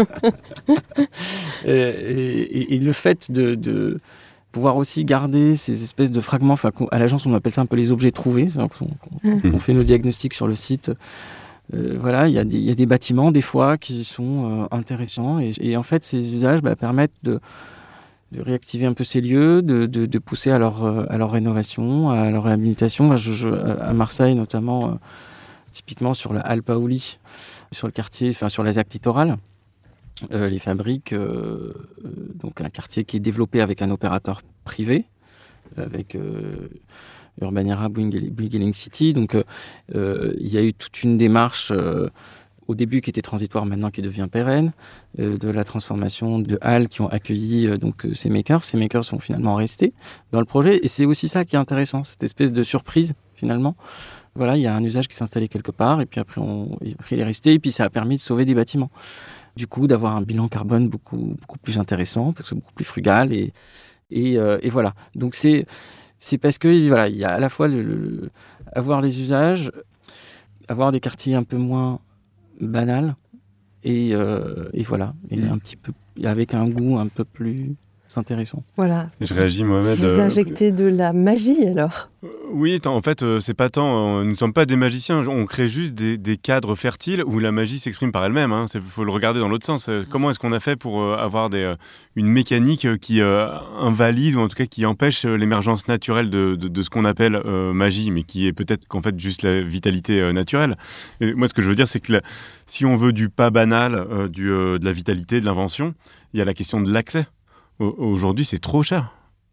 et le fait de pouvoir aussi garder ces espèces de fragments, à l'agence on appelle ça un peu les objets trouvés, on fait nos diagnostics sur le site. Voilà, il y a des bâtiments des fois qui sont intéressants et en fait ces usages permettent de réactiver un peu ces lieux, de pousser à leur rénovation, à leur réhabilitation. À Marseille notamment, typiquement sur la Halle Paoli, sur le quartier, sur la ZAC littorale, les fabriques, donc un quartier qui est développé avec un opérateur privé, avec Urbanera Bouygues City. Donc il y a eu toute une démarche au début qui était transitoire, maintenant qui devient pérenne, de la transformation de halles qui ont accueilli ces makers. Ces makers sont finalement restés dans le projet et c'est aussi ça qui est intéressant, cette espèce de surprise finalement. Voilà, il y a un usage qui s'est installé quelque part et puis après il est resté et puis ça a permis de sauver des bâtiments. Du coup, d'avoir un bilan carbone beaucoup plus intéressant, beaucoup plus frugal et voilà. Donc c'est parce que voilà, il y a à la fois avoir les usages, avoir des quartiers un peu moins banals et voilà, et un petit peu avec un goût un peu plus intéressant. Voilà. Je réagis, Mohamed. Vous injectez de la magie alors. Oui, en fait, c'est pas tant. Nous ne sommes pas des magiciens. On crée juste des cadres fertiles où la magie s'exprime par elle-même. Il faut le regarder dans l'autre sens. Comment est-ce qu'on a fait pour avoir une mécanique qui invalide ou en tout cas qui empêche l'émergence naturelle de ce qu'on appelle magie, mais qui est peut-être qu'en fait juste la vitalité naturelle. Et moi, ce que je veux dire, c'est que si on veut du pas banal, de la vitalité, de l'invention, il y a la question de l'accès. Aujourd'hui, c'est trop cher.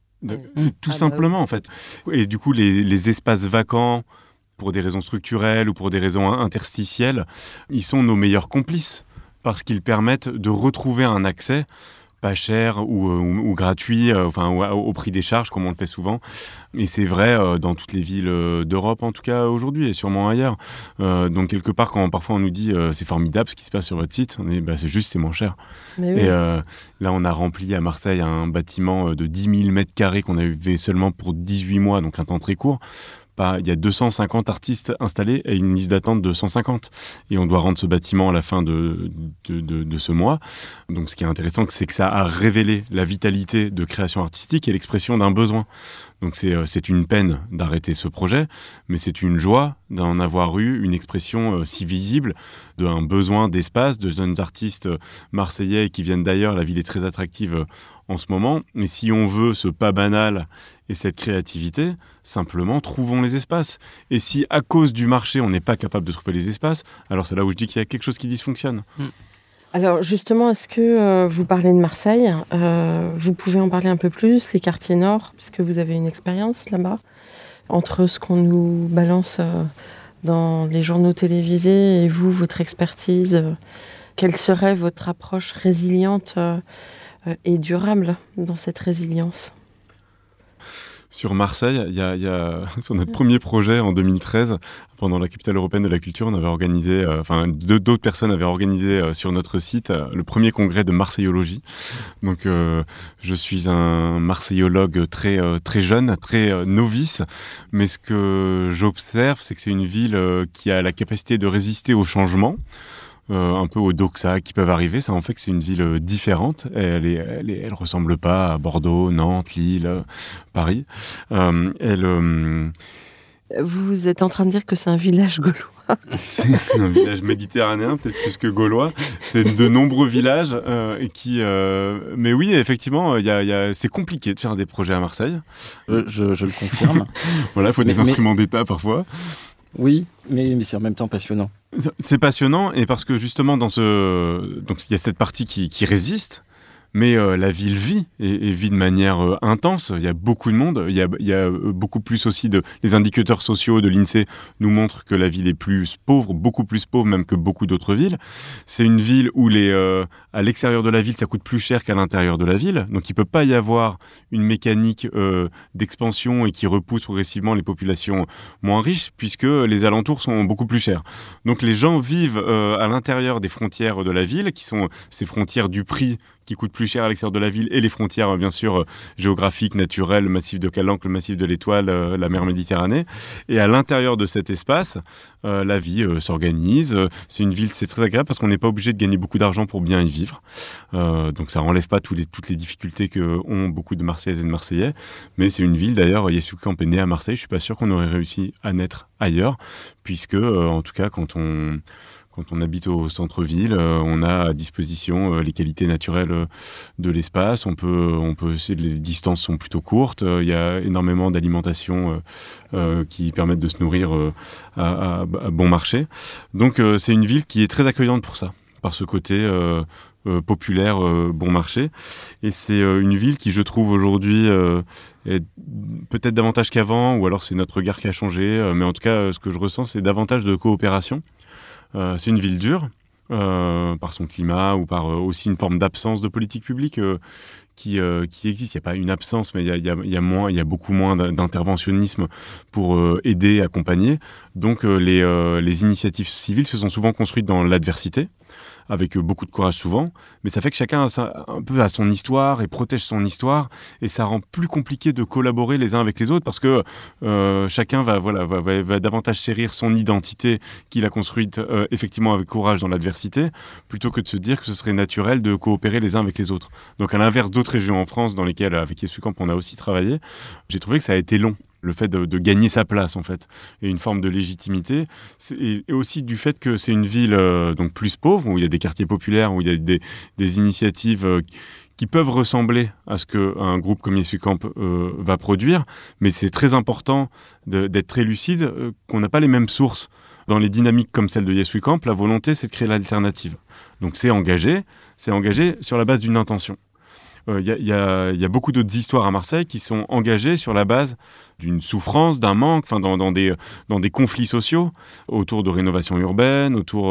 Tout simplement, en fait. Et du coup, les espaces vacants, pour des raisons structurelles ou pour des raisons interstitielles, ils sont nos meilleurs complices parce qu'ils permettent de retrouver un accès pas cher ou gratuit, au prix des charges, comme on le fait souvent. Et c'est vrai dans toutes les villes d'Europe, en tout cas aujourd'hui, et sûrement ailleurs. Donc quelque part, quand parfois on nous dit c'est formidable ce qui se passe sur votre site, on dit c'est moins cher. Mais oui. Et là, on a rempli à Marseille un bâtiment de 10 000 mètres carrés qu'on avait seulement pour 18 mois, donc un temps très court. Il y a 250 artistes installés et une liste d'attente de 150. Et on doit rendre ce bâtiment à la fin de ce mois. Donc ce qui est intéressant, c'est que ça a révélé la vitalité de création artistique et l'expression d'un besoin. Donc c'est une peine d'arrêter ce projet, mais c'est une joie d'en avoir eu une expression si visible d'un besoin d'espace, de jeunes artistes marseillais qui viennent d'ailleurs. La ville est très attractive en ce moment. Et si on veut ce pas banal et cette créativité, simplement trouvons les espaces. Et si à cause du marché, on n'est pas capable de trouver les espaces, alors c'est là où je dis qu'il y a quelque chose qui dysfonctionne. Alors justement, est-ce que vous parlez de Marseille, vous pouvez en parler un peu plus, les quartiers nord, puisque vous avez une expérience là-bas, entre ce qu'on nous balance dans les journaux télévisés et vous, votre expertise, quelle serait votre approche résiliente et durable dans cette résilience ? Sur Marseille, il y a sur notre premier projet en 2013, pendant la capitale européenne de la culture, on avait organisé, d'autres personnes avaient organisé sur notre site le premier congrès de marseillologie. Donc, je suis un marseillologue très jeune, très novice, mais ce que j'observe, c'est que c'est une ville qui a la capacité de résister au changement. Un peu aux doxa qui peuvent arriver, ça en fait que c'est une ville différente. Elle ressemble pas à Bordeaux, Nantes, Lille, Paris. Elle Vous êtes en train de dire que c'est un village gaulois. C'est un village méditerranéen, peut-être plus que gaulois. C'est de nombreux villages mais oui, effectivement, c'est compliqué de faire des projets à Marseille. Je le confirme. Voilà, il faut des instruments d'État parfois. Oui, mais c'est en même temps passionnant. C'est passionnant, et parce que justement, donc il y a cette partie qui résiste, mais la ville vit, et vit de manière intense. Il y a beaucoup de monde, il y a beaucoup plus aussi les indicateurs sociaux de l'INSEE nous montrent que la ville est plus pauvre, beaucoup plus pauvre même que beaucoup d'autres villes. C'est une ville où à l'extérieur de la ville, ça coûte plus cher qu'à l'intérieur de la ville, donc il ne peut pas y avoir une mécanique d'expansion et qui repousse progressivement les populations moins riches, puisque les alentours sont beaucoup plus chers. Donc les gens vivent à l'intérieur des frontières de la ville, qui sont ces frontières du prix qui coûtent plus cher à l'extérieur de la ville, et les frontières, bien sûr, géographiques, naturelles, le massif de Calanque, le massif de l'Étoile, la mer Méditerranée. Et à l'intérieur de cet espace, la vie s'organise. C'est une ville, c'est très agréable parce qu'on n'est pas obligé de gagner beaucoup d'argent pour bien y vivre. Donc ça enlève pas toutes les difficultés qu'ont beaucoup de Marseillaises et de Marseillais. Mais c'est une ville, d'ailleurs, Yesu-Camp est né à Marseille. Je suis pas sûr qu'on aurait réussi à naître ailleurs, puisque, en tout cas, quand on habite au centre-ville, on a à disposition les qualités naturelles de l'espace. Les distances sont plutôt courtes. Il y a énormément d'alimentation qui permettent de se nourrir à bon marché. Donc c'est une ville qui est très accueillante pour ça, par ce côté populaire, bon marché. Et c'est une ville qui, je trouve, aujourd'hui est peut-être davantage qu'avant, ou alors c'est notre regard qui a changé. Mais en tout cas, ce que je ressens, c'est davantage de coopération. C'est une ville dure, par son climat, ou par aussi une forme d'absence de politique publique qui existe. Il n'y a pas une absence, mais il y a beaucoup moins d'interventionnisme pour aider, accompagner. Donc les initiatives civiles se sont souvent construites dans l'adversité, avec beaucoup de courage souvent, mais ça fait que chacun un peu a son histoire et protège son histoire, et ça rend plus compliqué de collaborer les uns avec les autres, parce que chacun va davantage chérir son identité qu'il a construite effectivement avec courage dans l'adversité, plutôt que de se dire que ce serait naturel de coopérer les uns avec les autres. Donc à l'inverse d'autres régions en France dans lesquelles, avec Yesu-Camp, on a aussi travaillé, j'ai trouvé que ça a été long. Le fait de gagner sa place, en fait, et une forme de légitimité, et aussi du fait que c'est une ville donc plus pauvre, où il y a des quartiers populaires, où il y a des initiatives qui peuvent ressembler à ce qu'un groupe comme Yesu-Camp va produire, mais c'est très important d'être très lucide, qu'on n'a pas les mêmes sources. Dans les dynamiques comme celle de Yesu-Camp, la volonté, c'est de créer l'alternative. Donc c'est engagé sur la base d'une intention. Il y a beaucoup d'autres histoires à Marseille qui sont engagées sur la base d'une souffrance, d'un manque, dans des conflits sociaux autour de rénovation urbaine, autour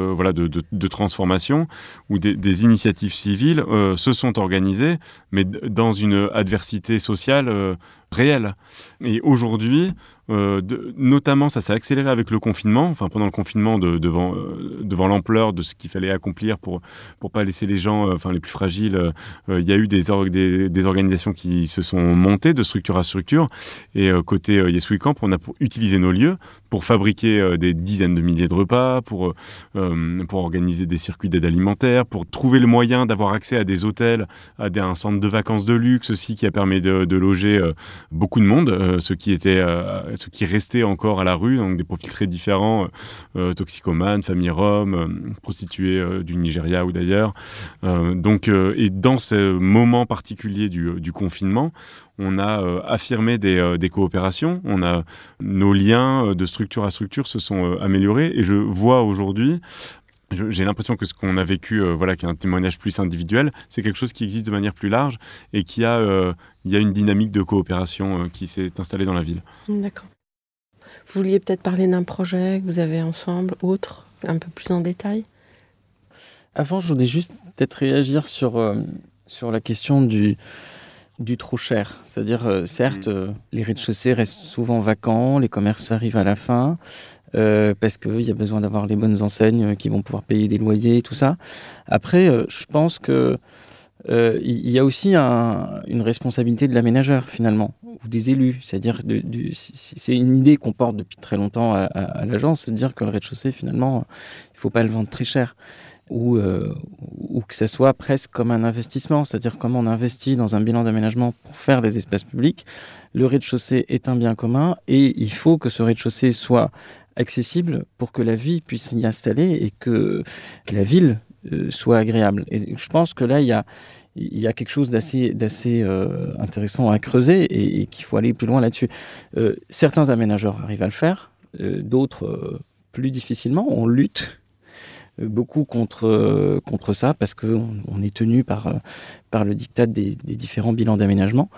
de transformation, où des initiatives civiles se sont organisées, mais dans une adversité sociale réelle. Et aujourd'hui, notamment, ça s'est accéléré avec le confinement. Pendant le confinement, devant l'ampleur de ce qu'il fallait accomplir pour pas laisser les gens, les plus fragiles, il y a eu des organisations qui se sont montées de structure à structure. Et côté Yesu-Camp, on a utilisé nos lieux pour fabriquer des dizaines de milliers de repas, pour organiser des circuits d'aide alimentaire, pour trouver le moyen d'avoir accès à des hôtels, à un centre de vacances de luxe aussi, qui a permis de loger beaucoup de monde, ceux qui restaient encore à la rue, donc des profils très différents, toxicomanes, familles roms, prostituées du Nigeria ou d'ailleurs. Et dans ce moment particulier du confinement, on a affirmé des coopérations, nos liens de structure à structure se sont améliorés, et je vois aujourd'hui, j'ai l'impression que ce qu'on a vécu, qui est un témoignage plus individuel, c'est quelque chose qui existe de manière plus large, et il y a une dynamique de coopération qui s'est installée dans la ville. D'accord. Vous vouliez peut-être parler d'un projet que vous avez ensemble, autre, un peu plus en détail ? Avant, je voulais juste peut-être réagir sur la question du trop cher. C'est-à-dire, certes, les rez-de-chaussée restent souvent vacants, les commerces arrivent à la fin, parce qu'il y a besoin d'avoir les bonnes enseignes qui vont pouvoir payer des loyers et tout ça. Après, je pense que il y a aussi une responsabilité de l'aménageur, finalement, ou des élus. C'est-à-dire, c'est une idée qu'on porte depuis très longtemps à l'agence, c'est de dire que le rez-de-chaussée, finalement, il ne faut pas le vendre très cher. ou que ça soit presque comme un investissement, c'est-à-dire comment on investit dans un bilan d'aménagement pour faire des espaces publics. Le rez-de-chaussée est un bien commun et il faut que ce rez-de-chaussée soit accessible pour que la vie puisse s'y installer et que la ville soit agréable. Et je pense que là, il y a quelque chose d'assez intéressant à creuser et qu'il faut aller plus loin là-dessus. Certains aménageurs arrivent à le faire, d'autres plus difficilement. On lutte beaucoup contre ça parce qu'on est tenu par le diktat des différents bilans d'aménagement.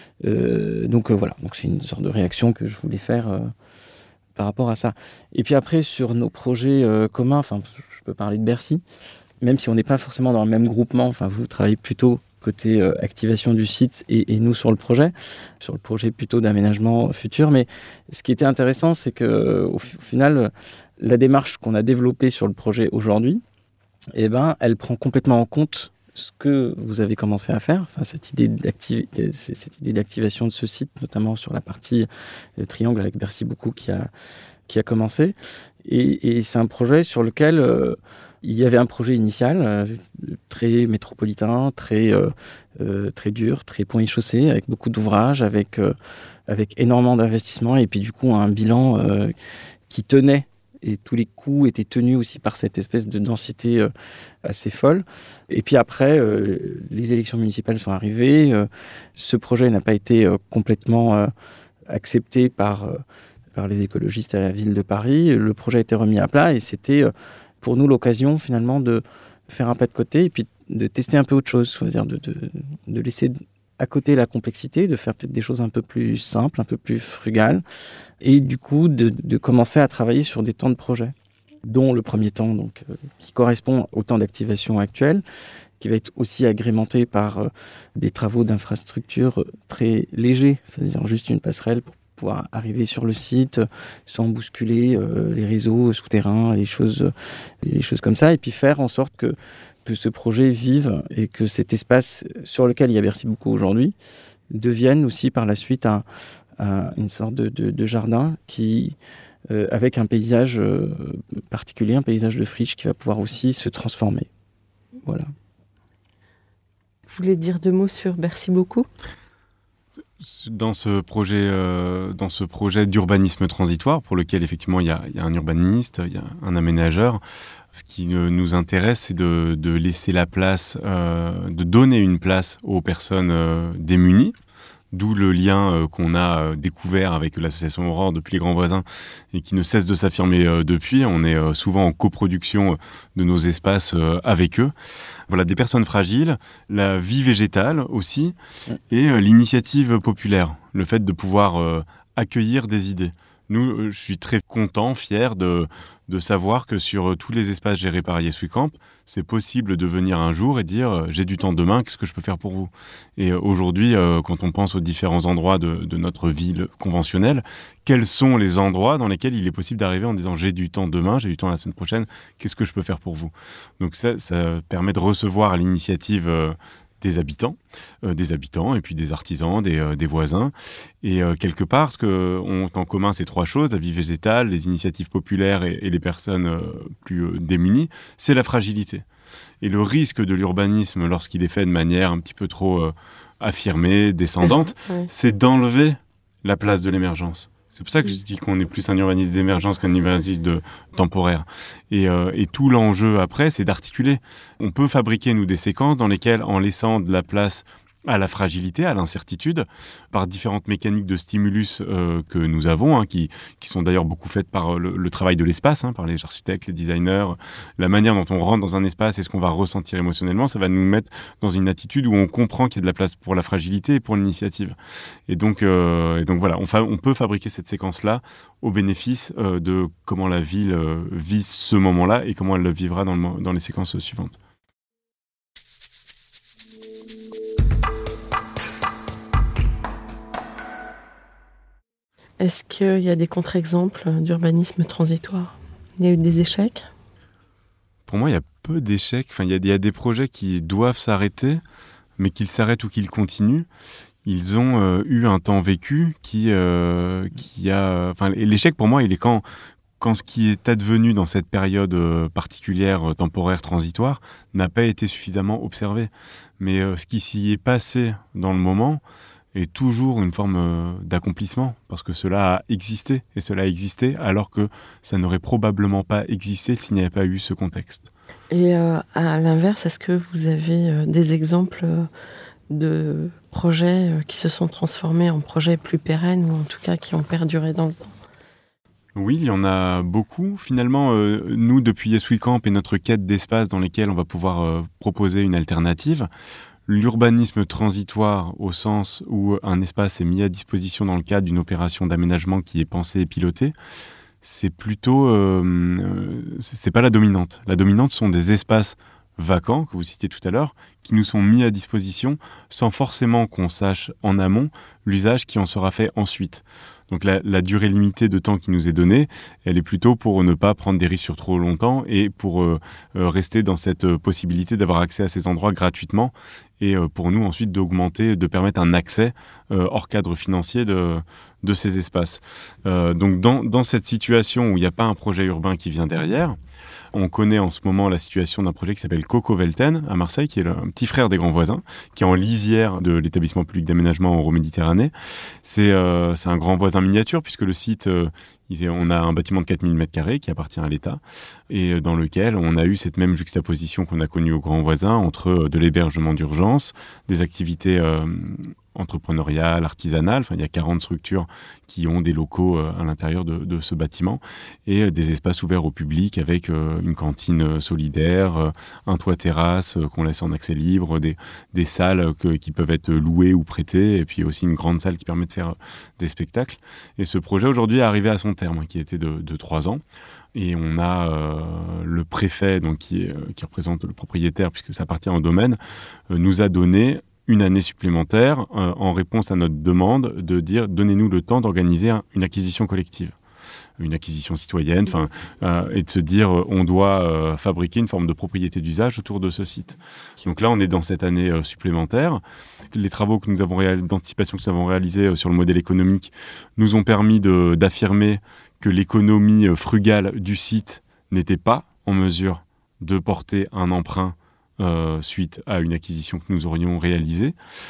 Donc voilà, donc c'est une sorte de réaction que je voulais faire par rapport à ça. Et puis après, sur nos projets communs, je peux parler de Bercy, même si on n'est pas forcément dans le même groupement, vous travaillez plutôt côté activation du site et nous sur le projet plutôt d'aménagement futur. Mais ce qui était intéressant, c'est qu'au final, la démarche qu'on a développée sur le projet aujourd'hui, elle prend complètement en compte ce que vous avez commencé à faire, cette idée d'activation de ce site, notamment sur la partie triangle avec Bercy Beaucoup qui a commencé. Et c'est un projet sur lequel il y avait un projet initial très métropolitain, très dur, très pont et chaussée, avec beaucoup d'ouvrages, avec énormément d'investissements et puis du coup un bilan qui tenait. Et tous les coûts étaient tenus aussi par cette espèce de densité assez folle. Et puis après, les élections municipales sont arrivées. Ce projet n'a pas été complètement accepté par les écologistes à la ville de Paris. Le projet a été remis à plat et c'était pour nous l'occasion finalement de faire un pas de côté et puis de tester un peu autre chose. C'est-à-dire de laisser à côté la complexité, de faire peut-être des choses un peu plus simples, un peu plus frugales, et du coup de commencer à travailler sur des temps de projet, dont le premier temps qui correspond au temps d'activation actuel, qui va être aussi agrémenté par des travaux d'infrastructure très légers, c'est-à-dire juste une passerelle pour pouvoir arriver sur le site sans bousculer les réseaux souterrains, les choses comme ça, et puis faire en sorte que ce projet vive et que cet espace sur lequel il y a Bercy Beaucoup aujourd'hui devienne aussi par la suite une sorte de jardin qui, avec un paysage particulier, un paysage de friche qui va pouvoir aussi se transformer. Voilà. Vous voulez dire 2 mots sur Bercy Beaucoup ? Dans ce projet d'urbanisme transitoire, pour lequel effectivement il y a un urbaniste, il y a un aménageur, ce qui nous intéresse, c'est de laisser la place, de donner une place aux personnes démunies, d'où le lien qu'on a découvert avec l'association Aurore depuis les Grands Voisins et qui ne cesse de s'affirmer depuis. On est souvent en coproduction de nos espaces avec eux. Voilà, des personnes fragiles, la vie végétale aussi, et l'initiative populaire, le fait de pouvoir accueillir des idées. Nous, je suis très content, fier de savoir que sur tous les espaces gérés par Yes We Camp, c'est possible de venir un jour et dire « j'ai du temps demain, qu'est-ce que je peux faire pour vous ?» Et aujourd'hui, quand on pense aux différents endroits de notre ville conventionnelle, quels sont les endroits dans lesquels il est possible d'arriver en disant « j'ai du temps demain, j'ai du temps la semaine prochaine, qu'est-ce que je peux faire pour vous ?» Donc ça permet de recevoir l'initiative des habitants et puis des artisans, des voisins. Et quelque part, ce qu'ont en commun ces 3 choses, la vie végétale, les initiatives populaires et les personnes plus démunies, c'est la fragilité. Et le risque de l'urbanisme, lorsqu'il est fait de manière un petit peu trop affirmée, descendante, c'est d'enlever la place de l'émergence. C'est pour ça que je dis qu'on est plus un urbanisme d'émergence qu'un urbanisme temporaire. Et tout l'enjeu après, c'est d'articuler. On peut fabriquer, nous, des séquences dans lesquelles, en laissant de la place à la fragilité, à l'incertitude, par différentes mécaniques de stimulus que nous avons, qui sont d'ailleurs beaucoup faites par le travail de l'espace, par les architectes, les designers. La manière dont on rentre dans un espace et ce qu'on va ressentir émotionnellement, ça va nous mettre dans une attitude où on comprend qu'il y a de la place pour la fragilité et pour l'initiative. Et donc voilà, on peut fabriquer cette séquence-là au bénéfice de comment la ville vit ce moment-là et comment elle le vivra dans les séquences suivantes. Est-ce qu'il y a des contre-exemples d'urbanisme transitoire ? Il y a eu des échecs ? Pour moi, il y a peu d'échecs. Enfin, il y a des projets qui doivent s'arrêter, mais qu'ils s'arrêtent ou qu'ils continuent. Ils ont eu un temps vécu qui a... Enfin, l'échec, pour moi, il est quand quand ce qui est advenu dans cette période particulière, temporaire, transitoire, n'a pas été suffisamment observé. Mais ce qui s'y est passé dans le moment est toujours une forme d'accomplissement, parce que cela a existé, et cela a existé alors que ça n'aurait probablement pas existé s'il n'y avait pas eu ce contexte. Et à l'inverse, est-ce que vous avez des exemples de projets qui se sont transformés en projets plus pérennes, ou en tout cas qui ont perduré dans le temps? Oui, il y en a beaucoup. Finalement, nous, depuis Yes We Camp et notre quête d'espace dans lesquels on va pouvoir proposer une alternative, l'urbanisme transitoire au sens où un espace est mis à disposition dans le cadre d'une opération d'aménagement qui est pensée et pilotée, c'est plutôt... c'est pas la dominante. La dominante sont des espaces vacants, que vous citiez tout à l'heure, qui nous sont mis à disposition sans forcément qu'on sache en amont l'usage qui en sera fait ensuite. Donc la durée limitée de temps qui nous est donnée, elle est plutôt pour ne pas prendre des risques sur trop longtemps et pour rester dans cette possibilité d'avoir accès à ces endroits gratuitement et pour nous ensuite d'augmenter, de permettre un accès hors cadre financier de ces espaces. Donc dans cette situation où il n'y a pas un projet urbain qui vient derrière, on connaît en ce moment la situation d'un projet qui s'appelle Coco Velten à Marseille, qui est un petit frère des Grands Voisins, qui est en lisière de l'établissement public d'aménagement Euro-Méditerranée. C'est un grand voisin miniature, puisque le site, on a un bâtiment de 4000 m² qui appartient à l'État, et dans lequel on a eu cette même juxtaposition qu'on a connue aux Grands Voisins entre de l'hébergement d'urgence, des activités entrepreneuriales, artisanales. Enfin, il y a 40 structures qui ont des locaux à l'intérieur de ce bâtiment et des espaces ouverts au public avec une cantine solidaire, un toit terrasse qu'on laisse en accès libre, des salles qui peuvent être louées ou prêtées et puis aussi une grande salle qui permet de faire des spectacles. Et ce projet aujourd'hui est arrivé à son terme, qui était de 3 ans. Et on a le préfet, donc qui représente le propriétaire puisque ça appartient au domaine, nous a donné une année supplémentaire en réponse à notre demande de dire donnez-nous le temps d'organiser une acquisition collective, une acquisition citoyenne, et de se dire on doit fabriquer une forme de propriété d'usage autour de ce site. Donc là, on est dans cette année supplémentaire. Les travaux que nous avons d'anticipation que nous avons réalisés sur le modèle économique nous ont permis d'affirmer que l'économie frugale du site n'était pas en mesure de porter un emprunt suite à une acquisition que nous aurions réalisée.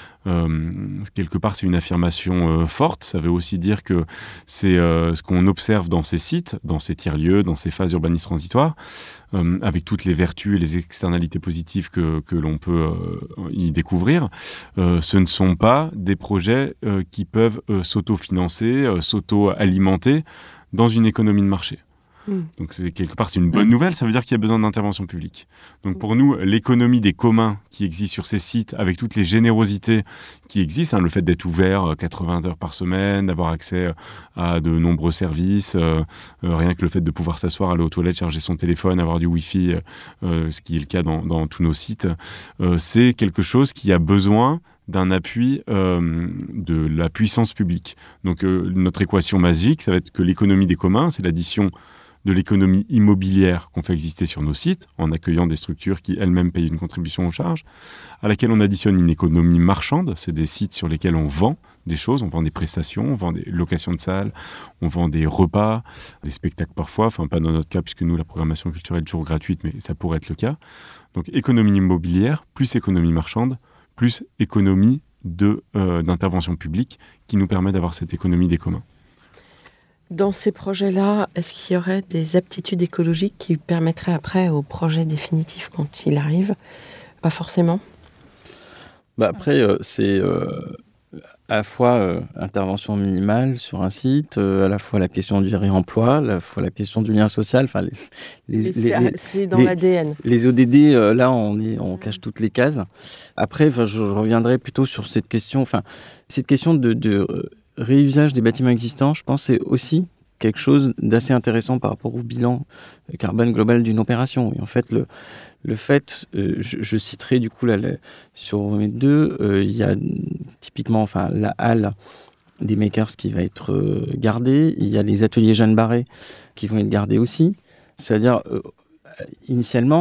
Quelque part, c'est une affirmation forte. Ça veut aussi dire que c'est ce qu'on observe dans ces sites, dans ces tiers-lieux, dans ces phases urbanistes transitoires, avec toutes les vertus et les externalités positives que l'on peut y découvrir. Ce ne sont pas des projets qui peuvent s'auto-financer, s'auto-alimenter dans une économie de marché. Donc quelque part, c'est une bonne nouvelle, ça veut dire qu'il y a besoin d'intervention publique. Donc pour nous, l'économie des communs qui existe sur ces sites, avec toutes les générosités qui existent, le fait d'être ouvert 80 heures par semaine, d'avoir accès à de nombreux services, rien que le fait de pouvoir s'asseoir, aller aux toilettes, charger son téléphone, avoir du Wi-Fi, ce qui est le cas dans tous nos sites, c'est quelque chose qui a besoin d'un appui de la puissance publique. Donc notre équation magique, ça va être que l'économie des communs, c'est l'addition de l'économie immobilière qu'on fait exister sur nos sites, en accueillant des structures qui elles-mêmes payent une contribution aux charges, à laquelle on additionne une économie marchande, c'est des sites sur lesquels on vend des choses, on vend des prestations, on vend des locations de salles, on vend des repas, des spectacles parfois, enfin pas dans notre cas puisque nous la programmation culturelle est toujours gratuite, mais ça pourrait être le cas. Donc économie immobilière, plus économie marchande, plus économie d'intervention publique qui nous permet d'avoir cette économie des communs. Dans ces projets-là, est-ce qu'il y aurait des aptitudes écologiques qui permettraient après au projet définitif quand il arrive? Pas forcément. Après, c'est à la fois intervention minimale sur un site, à la fois la question du réemploi, à la fois la question du lien social. Enfin, c'est dans l'ADN. Les ODD, là, on cache toutes les cases. Après, je reviendrai plutôt sur cette question. Cette question de réusage des bâtiments existants, je pense, c'est aussi quelque chose d'assez intéressant par rapport au bilan carbone global d'une opération. Et en fait, le fait, je citerai du coup là, sur Euromède 2, il y a typiquement la halle des makers qui va être gardée, il y a les ateliers Jeanne Barré qui vont être gardés aussi. C'est-à-dire, initialement,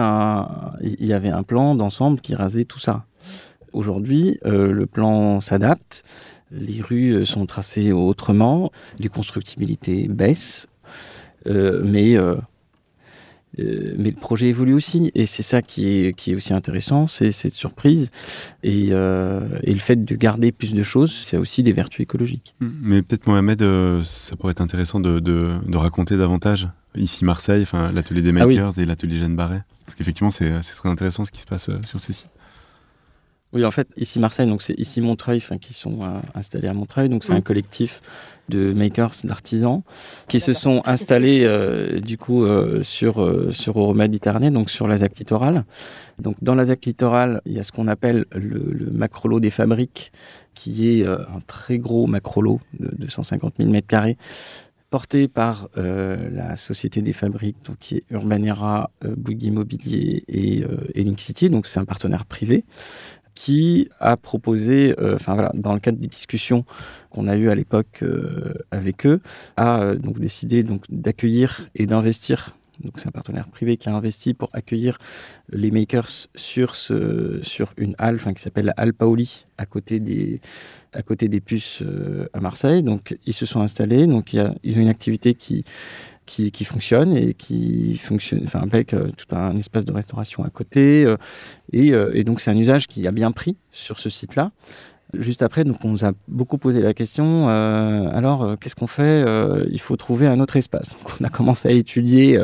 il y avait un plan d'ensemble qui rasait tout ça. Aujourd'hui, le plan s'adapte. Les rues sont tracées autrement, les constructibilités baissent. Mais le projet évolue aussi, et c'est ça qui est aussi intéressant, c'est cette surprise, et le fait de garder plus de choses, c'est aussi des vertus écologiques. Mais peut-être Mohamed, ça pourrait être intéressant de raconter davantage ici Marseille, enfin l'atelier des makers et l'atelier Jeanne Barret, parce qu'effectivement c'est très intéressant ce qui se passe sur ces sites. Oui, en fait, ici Marseille, donc c'est ici Montreuil, qui sont installés à Montreuil, donc c'est un collectif de makers, d'artisans, qui se sont installés sur Euroméditerranée, donc sur la ZAC littorale. Donc dans la ZAC littorale, il y a ce qu'on appelle le macrolot des fabriques, qui est un très gros macrolot de 250 000 m², porté par la Société des Fabriques, donc qui est Urbanera, Bouygues Immobilier et Link City, donc c'est un partenaire privé, qui a proposé, dans le cadre des discussions qu'on a eues à l'époque avec eux, a donc décidé d'accueillir et d'investir. Donc c'est un partenaire privé qui a investi pour accueillir les makers sur une halle, qui s'appelle la Halle Paoli, à côté des Puces à Marseille. Donc ils se sont installés. Donc ils ont une activité qui fonctionne et qui fonctionne avec tout un espace de restauration à côté. Et donc, c'est un usage qui a bien pris sur ce site-là. Juste après, donc, on nous a beaucoup posé la question, alors, qu'est-ce qu'on fait ? Il faut trouver un autre espace. Donc, on a commencé à étudier,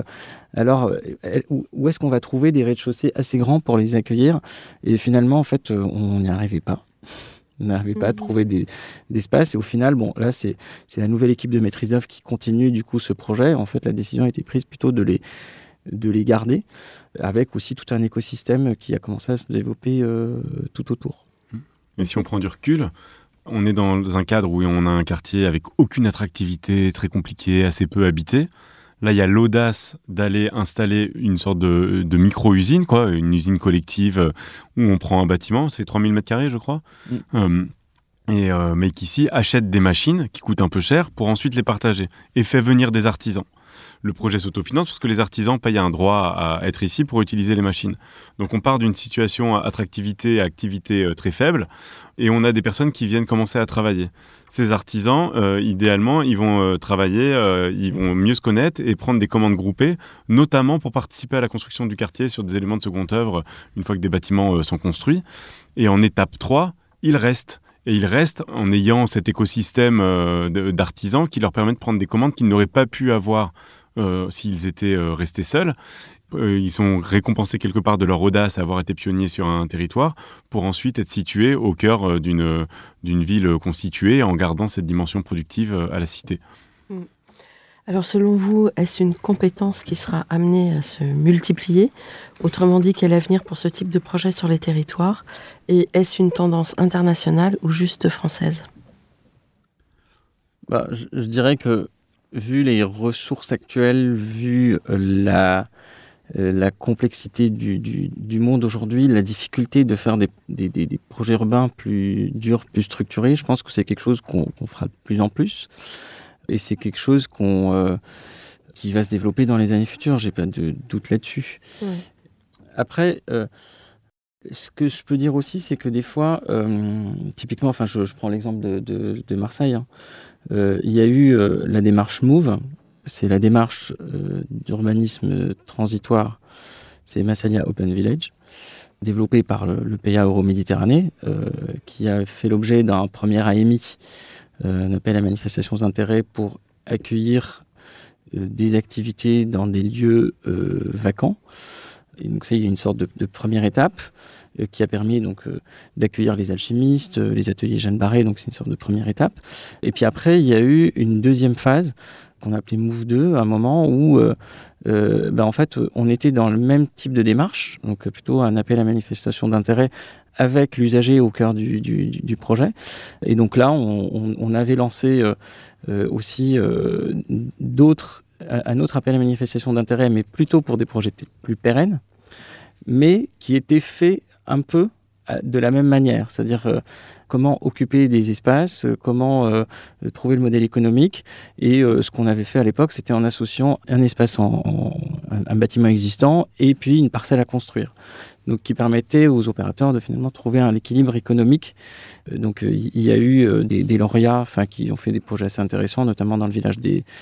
où est-ce qu'on va trouver des rez-de-chaussée assez grands pour les accueillir ? Et finalement, en fait, on n'y arrivait pas. On n'arrivait pas à trouver d'espace. Et au final, là, c'est la nouvelle équipe de maîtrise d'œuvre qui continue du coup ce projet. En fait, la décision a été prise plutôt de les garder, avec aussi tout un écosystème qui a commencé à se développer tout autour. Et si on prend du recul, on est dans un cadre où on a un quartier avec aucune attractivité, très compliqué, assez peu habité. Là, il y a l'audace d'aller installer une sorte de micro-usine, une usine collective où on prend un bâtiment, c'est 3000 m², je crois, mais qui ici achète des machines qui coûtent un peu cher pour ensuite les partager et fait venir des artisans. Le projet s'autofinance parce que les artisans payent un droit à être ici pour utiliser les machines. Donc on part d'une situation attractivité, activité très faible, et on a des personnes qui viennent commencer à travailler. Ces artisans, idéalement, ils vont travailler, ils vont mieux se connaître et prendre des commandes groupées, notamment pour participer à la construction du quartier sur des éléments de seconde œuvre, une fois que des bâtiments sont construits. Et en étape 3, ils restent. Et ils restent en ayant cet écosystème d'artisans qui leur permet de prendre des commandes qu'ils n'auraient pas pu avoir s'ils étaient restés seuls. Ils sont récompensés quelque part de leur audace à avoir été pionniers sur un territoire pour ensuite être situés au cœur d'une ville constituée en gardant cette dimension productive à la cité. Alors selon vous, est-ce une compétence qui sera amenée à se multiplier ? Autrement dit, quel avenir pour ce type de projet sur les territoires ? Et est-ce une tendance internationale ou juste française ? Je dirais que vu les ressources actuelles, vu la complexité du monde aujourd'hui, la difficulté de faire des projets urbains plus durs, plus structurés, je pense que c'est quelque chose qu'on fera de plus en plus. Et c'est quelque chose qui va se développer dans les années futures, j'ai pas de doute là-dessus. Ouais. Après, ce que je peux dire aussi, c'est que des fois, typiquement, je prends l'exemple de Marseille, il y a eu la démarche MOVE, c'est la démarche d'urbanisme transitoire, c'est Massalia Open Village, développée par le PA Euroméditerranée, qui a fait l'objet d'un premier AMI, un appel à manifestation d'intérêt pour accueillir des activités dans des lieux vacants. Et donc ça, il y a une sorte de première étape qui a permis d'accueillir les alchimistes, les ateliers Jeanne Barret, donc c'est une sorte de première étape. Et puis après, il y a eu une deuxième phase qu'on a appelée MOVE 2, à un moment où en fait, on était dans le même type de démarche, donc plutôt un appel à manifestation d'intérêt avec l'usager au cœur du projet. Et donc là, on avait lancé aussi un autre appel à manifestation d'intérêt, mais plutôt pour des projets plus pérennes, mais qui étaient faits un peu de la même manière, c'est-à-dire comment occuper des espaces, comment trouver le modèle économique. Et ce qu'on avait fait à l'époque, c'était en associant un espace un bâtiment existant et puis une parcelle à construire. Donc, qui permettait aux opérateurs de finalement trouver un équilibre économique. Donc, il y a eu des lauréats qui ont fait des projets assez intéressants, notamment dans le village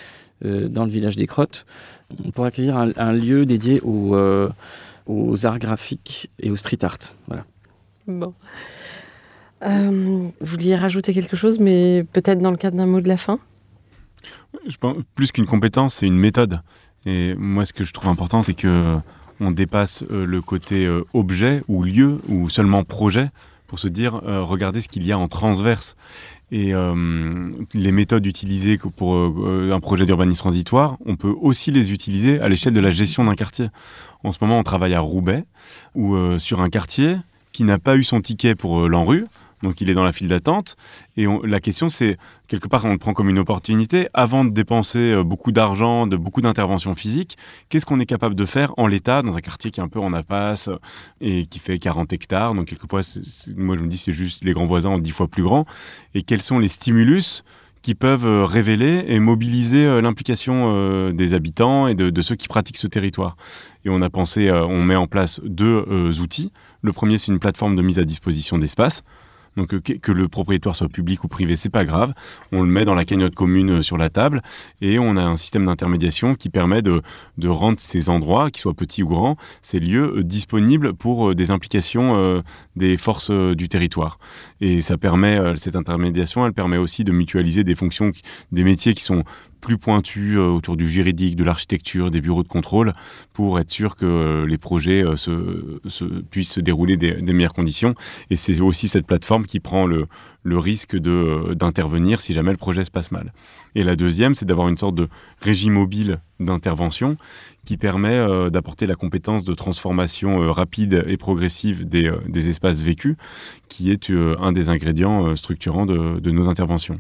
dans le village des Crottes, pour accueillir un lieu dédié aux arts graphiques et au street art. Voilà. Bon. Vous vouliez rajouter quelque chose, mais peut-être dans le cadre d'un mot de la fin ? Je pense, plus qu'une compétence, c'est une méthode. Et moi, ce que je trouve important, c'est qu'on dépasse le côté objet ou lieu ou seulement projet pour se dire, regardez ce qu'il y a en transverse. Et les méthodes utilisées pour un projet d'urbanisme transitoire, on peut aussi les utiliser à l'échelle de la gestion d'un quartier. En ce moment, on travaille à Roubaix, ou sur un quartier qui n'a pas eu son ticket pour l'ANRU, donc il est dans la file d'attente. Et la question, c'est, quelque part, on le prend comme une opportunité. Avant de dépenser beaucoup d'argent, beaucoup d'interventions physiques, qu'est-ce qu'on est capable de faire en l'état, dans un quartier qui est un peu en impasse et qui fait 40 hectares. Donc quelquefois, moi je me dis, c'est juste les grands voisins en 10 fois plus grands. Et quels sont les stimulus qui peuvent révéler et mobiliser l'implication des habitants et de ceux qui pratiquent ce territoire. Et on a pensé, on met en place 2 outils. Le premier, c'est une plateforme de mise à disposition d'espace. Donc que le propriétaire soit public ou privé, c'est pas grave. On le met dans la cagnotte commune sur la table et on a un système d'intermédiation qui permet de rendre ces endroits, qu'ils soient petits ou grands, ces lieux disponibles pour des implications des forces du territoire. Et ça permet, cette intermédiation, elle permet aussi de mutualiser des fonctions, des métiers qui sont plus pointus autour du juridique, de l'architecture, des bureaux de contrôle, pour être sûr que les projets puissent se dérouler des meilleures conditions. Et c'est aussi cette plateforme qui prend le risque d'intervenir si jamais le projet se passe mal. Et la deuxième, c'est d'avoir une sorte de régie mobile d'intervention qui permet d'apporter la compétence de transformation rapide et progressive des espaces vécus, qui est un des ingrédients structurants de nos interventions.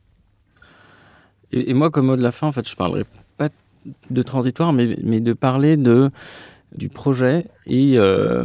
Et moi, comme mot de la fin, en fait, je ne parlerai pas de transitoire, mais de parler du projet. Et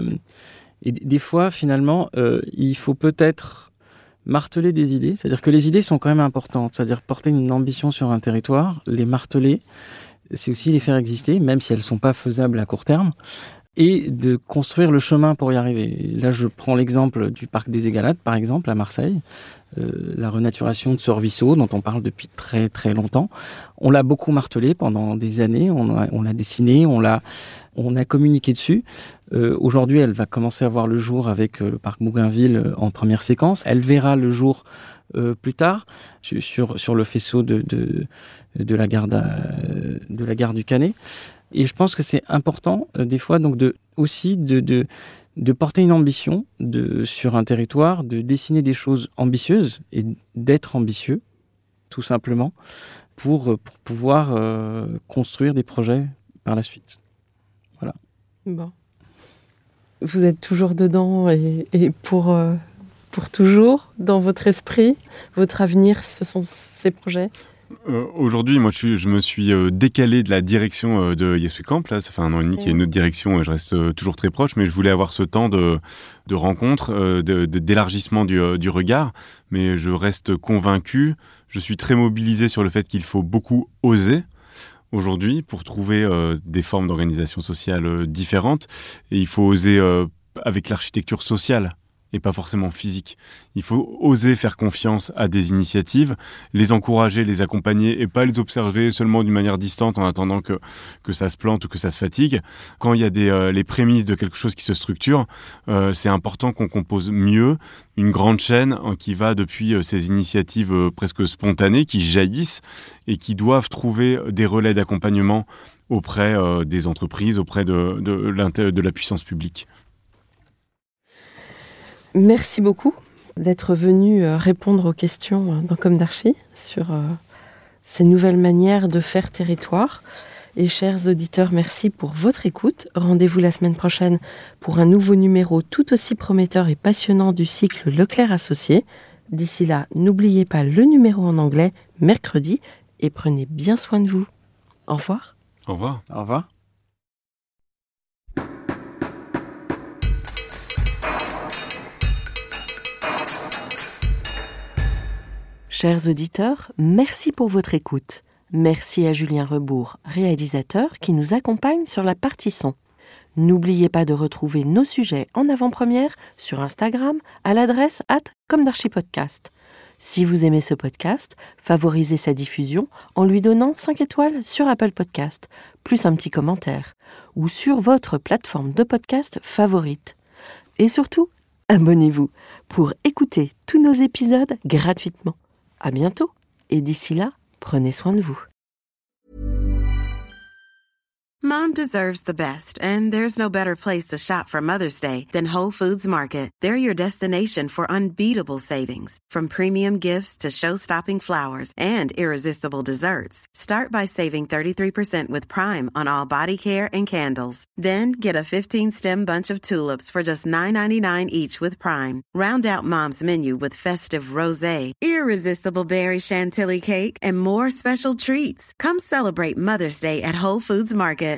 des fois, finalement, il faut peut-être marteler des idées. C'est-à-dire que les idées sont quand même importantes. C'est-à-dire porter une ambition sur un territoire, les marteler, c'est aussi les faire exister, même si elles ne sont pas faisables à court terme, et de construire le chemin pour y arriver. Là, je prends l'exemple du parc des Égalades, par exemple, à Marseille. La renaturation de ce ruisseau dont on parle depuis très très longtemps. On l'a beaucoup martelé pendant des années, on l'a dessiné, on a communiqué dessus. Aujourd'hui, elle va commencer à voir le jour avec le parc Bougainville en première séquence. Elle verra le jour plus tard sur le faisceau de la gare du Canet. Et je pense que c'est important des fois donc aussi de porter une ambition sur un territoire, de dessiner des choses ambitieuses et d'être ambitieux, tout simplement, pour pouvoir construire des projets par la suite. Voilà. Bon. Vous êtes toujours dedans et pour toujours, dans votre esprit, votre avenir, ce sont ces projets ? Aujourd'hui, moi, je me suis décalé de la direction de Yes We Camp. Là, ça fait 1 an et demi qu'il y a une autre direction. Je reste toujours très proche, mais je voulais avoir ce temps de rencontre, d'élargissement du regard. Mais je reste convaincu. Je suis très mobilisé sur le fait qu'il faut beaucoup oser aujourd'hui pour trouver des formes d'organisation sociale différentes. Et il faut oser avec l'architecture sociale et pas forcément physique. Il faut oser faire confiance à des initiatives, les encourager, les accompagner et pas les observer seulement d'une manière distante en attendant que ça se plante ou que ça se fatigue. Quand il y a les prémices de quelque chose qui se structure, c'est important qu'on compose mieux une grande chaîne qui va depuis ces initiatives presque spontanées qui jaillissent et qui doivent trouver des relais d'accompagnement auprès des entreprises, auprès de la puissance publique. Merci beaucoup d'être venu répondre aux questions dans Comme d'Archi sur ces nouvelles manières de faire territoire. Et chers auditeurs, merci pour votre écoute. Rendez-vous la semaine prochaine pour un nouveau numéro tout aussi prometteur et passionnant du cycle Leclerc Associés. D'ici là, n'oubliez pas le numéro en anglais, mercredi, et prenez bien soin de vous. Au revoir. Au revoir. Au revoir. Chers auditeurs, merci pour votre écoute. Merci à Julien Rebourg, réalisateur, qui nous accompagne sur la partie son. N'oubliez pas de retrouver nos sujets en avant-première sur Instagram à l'adresse @comdarchipodcast. Si vous aimez ce podcast, favorisez sa diffusion en lui donnant 5 étoiles sur Apple Podcast, plus un petit commentaire, ou sur votre plateforme de podcast favorite. Et surtout, abonnez-vous pour écouter tous nos épisodes gratuitement. À bientôt, et d'ici là, prenez soin de vous. Mom deserves the best, and there's no better place to shop for Mother's Day than Whole Foods Market. They're your destination for unbeatable savings, from premium gifts to show-stopping flowers and irresistible desserts. Start by saving 33% with Prime on all body care and candles. Then get a 15-stem bunch of tulips for just $9.99 each with Prime. Round out Mom's menu with festive rosé, irresistible berry chantilly cake, and more special treats. Come celebrate Mother's Day at Whole Foods Market.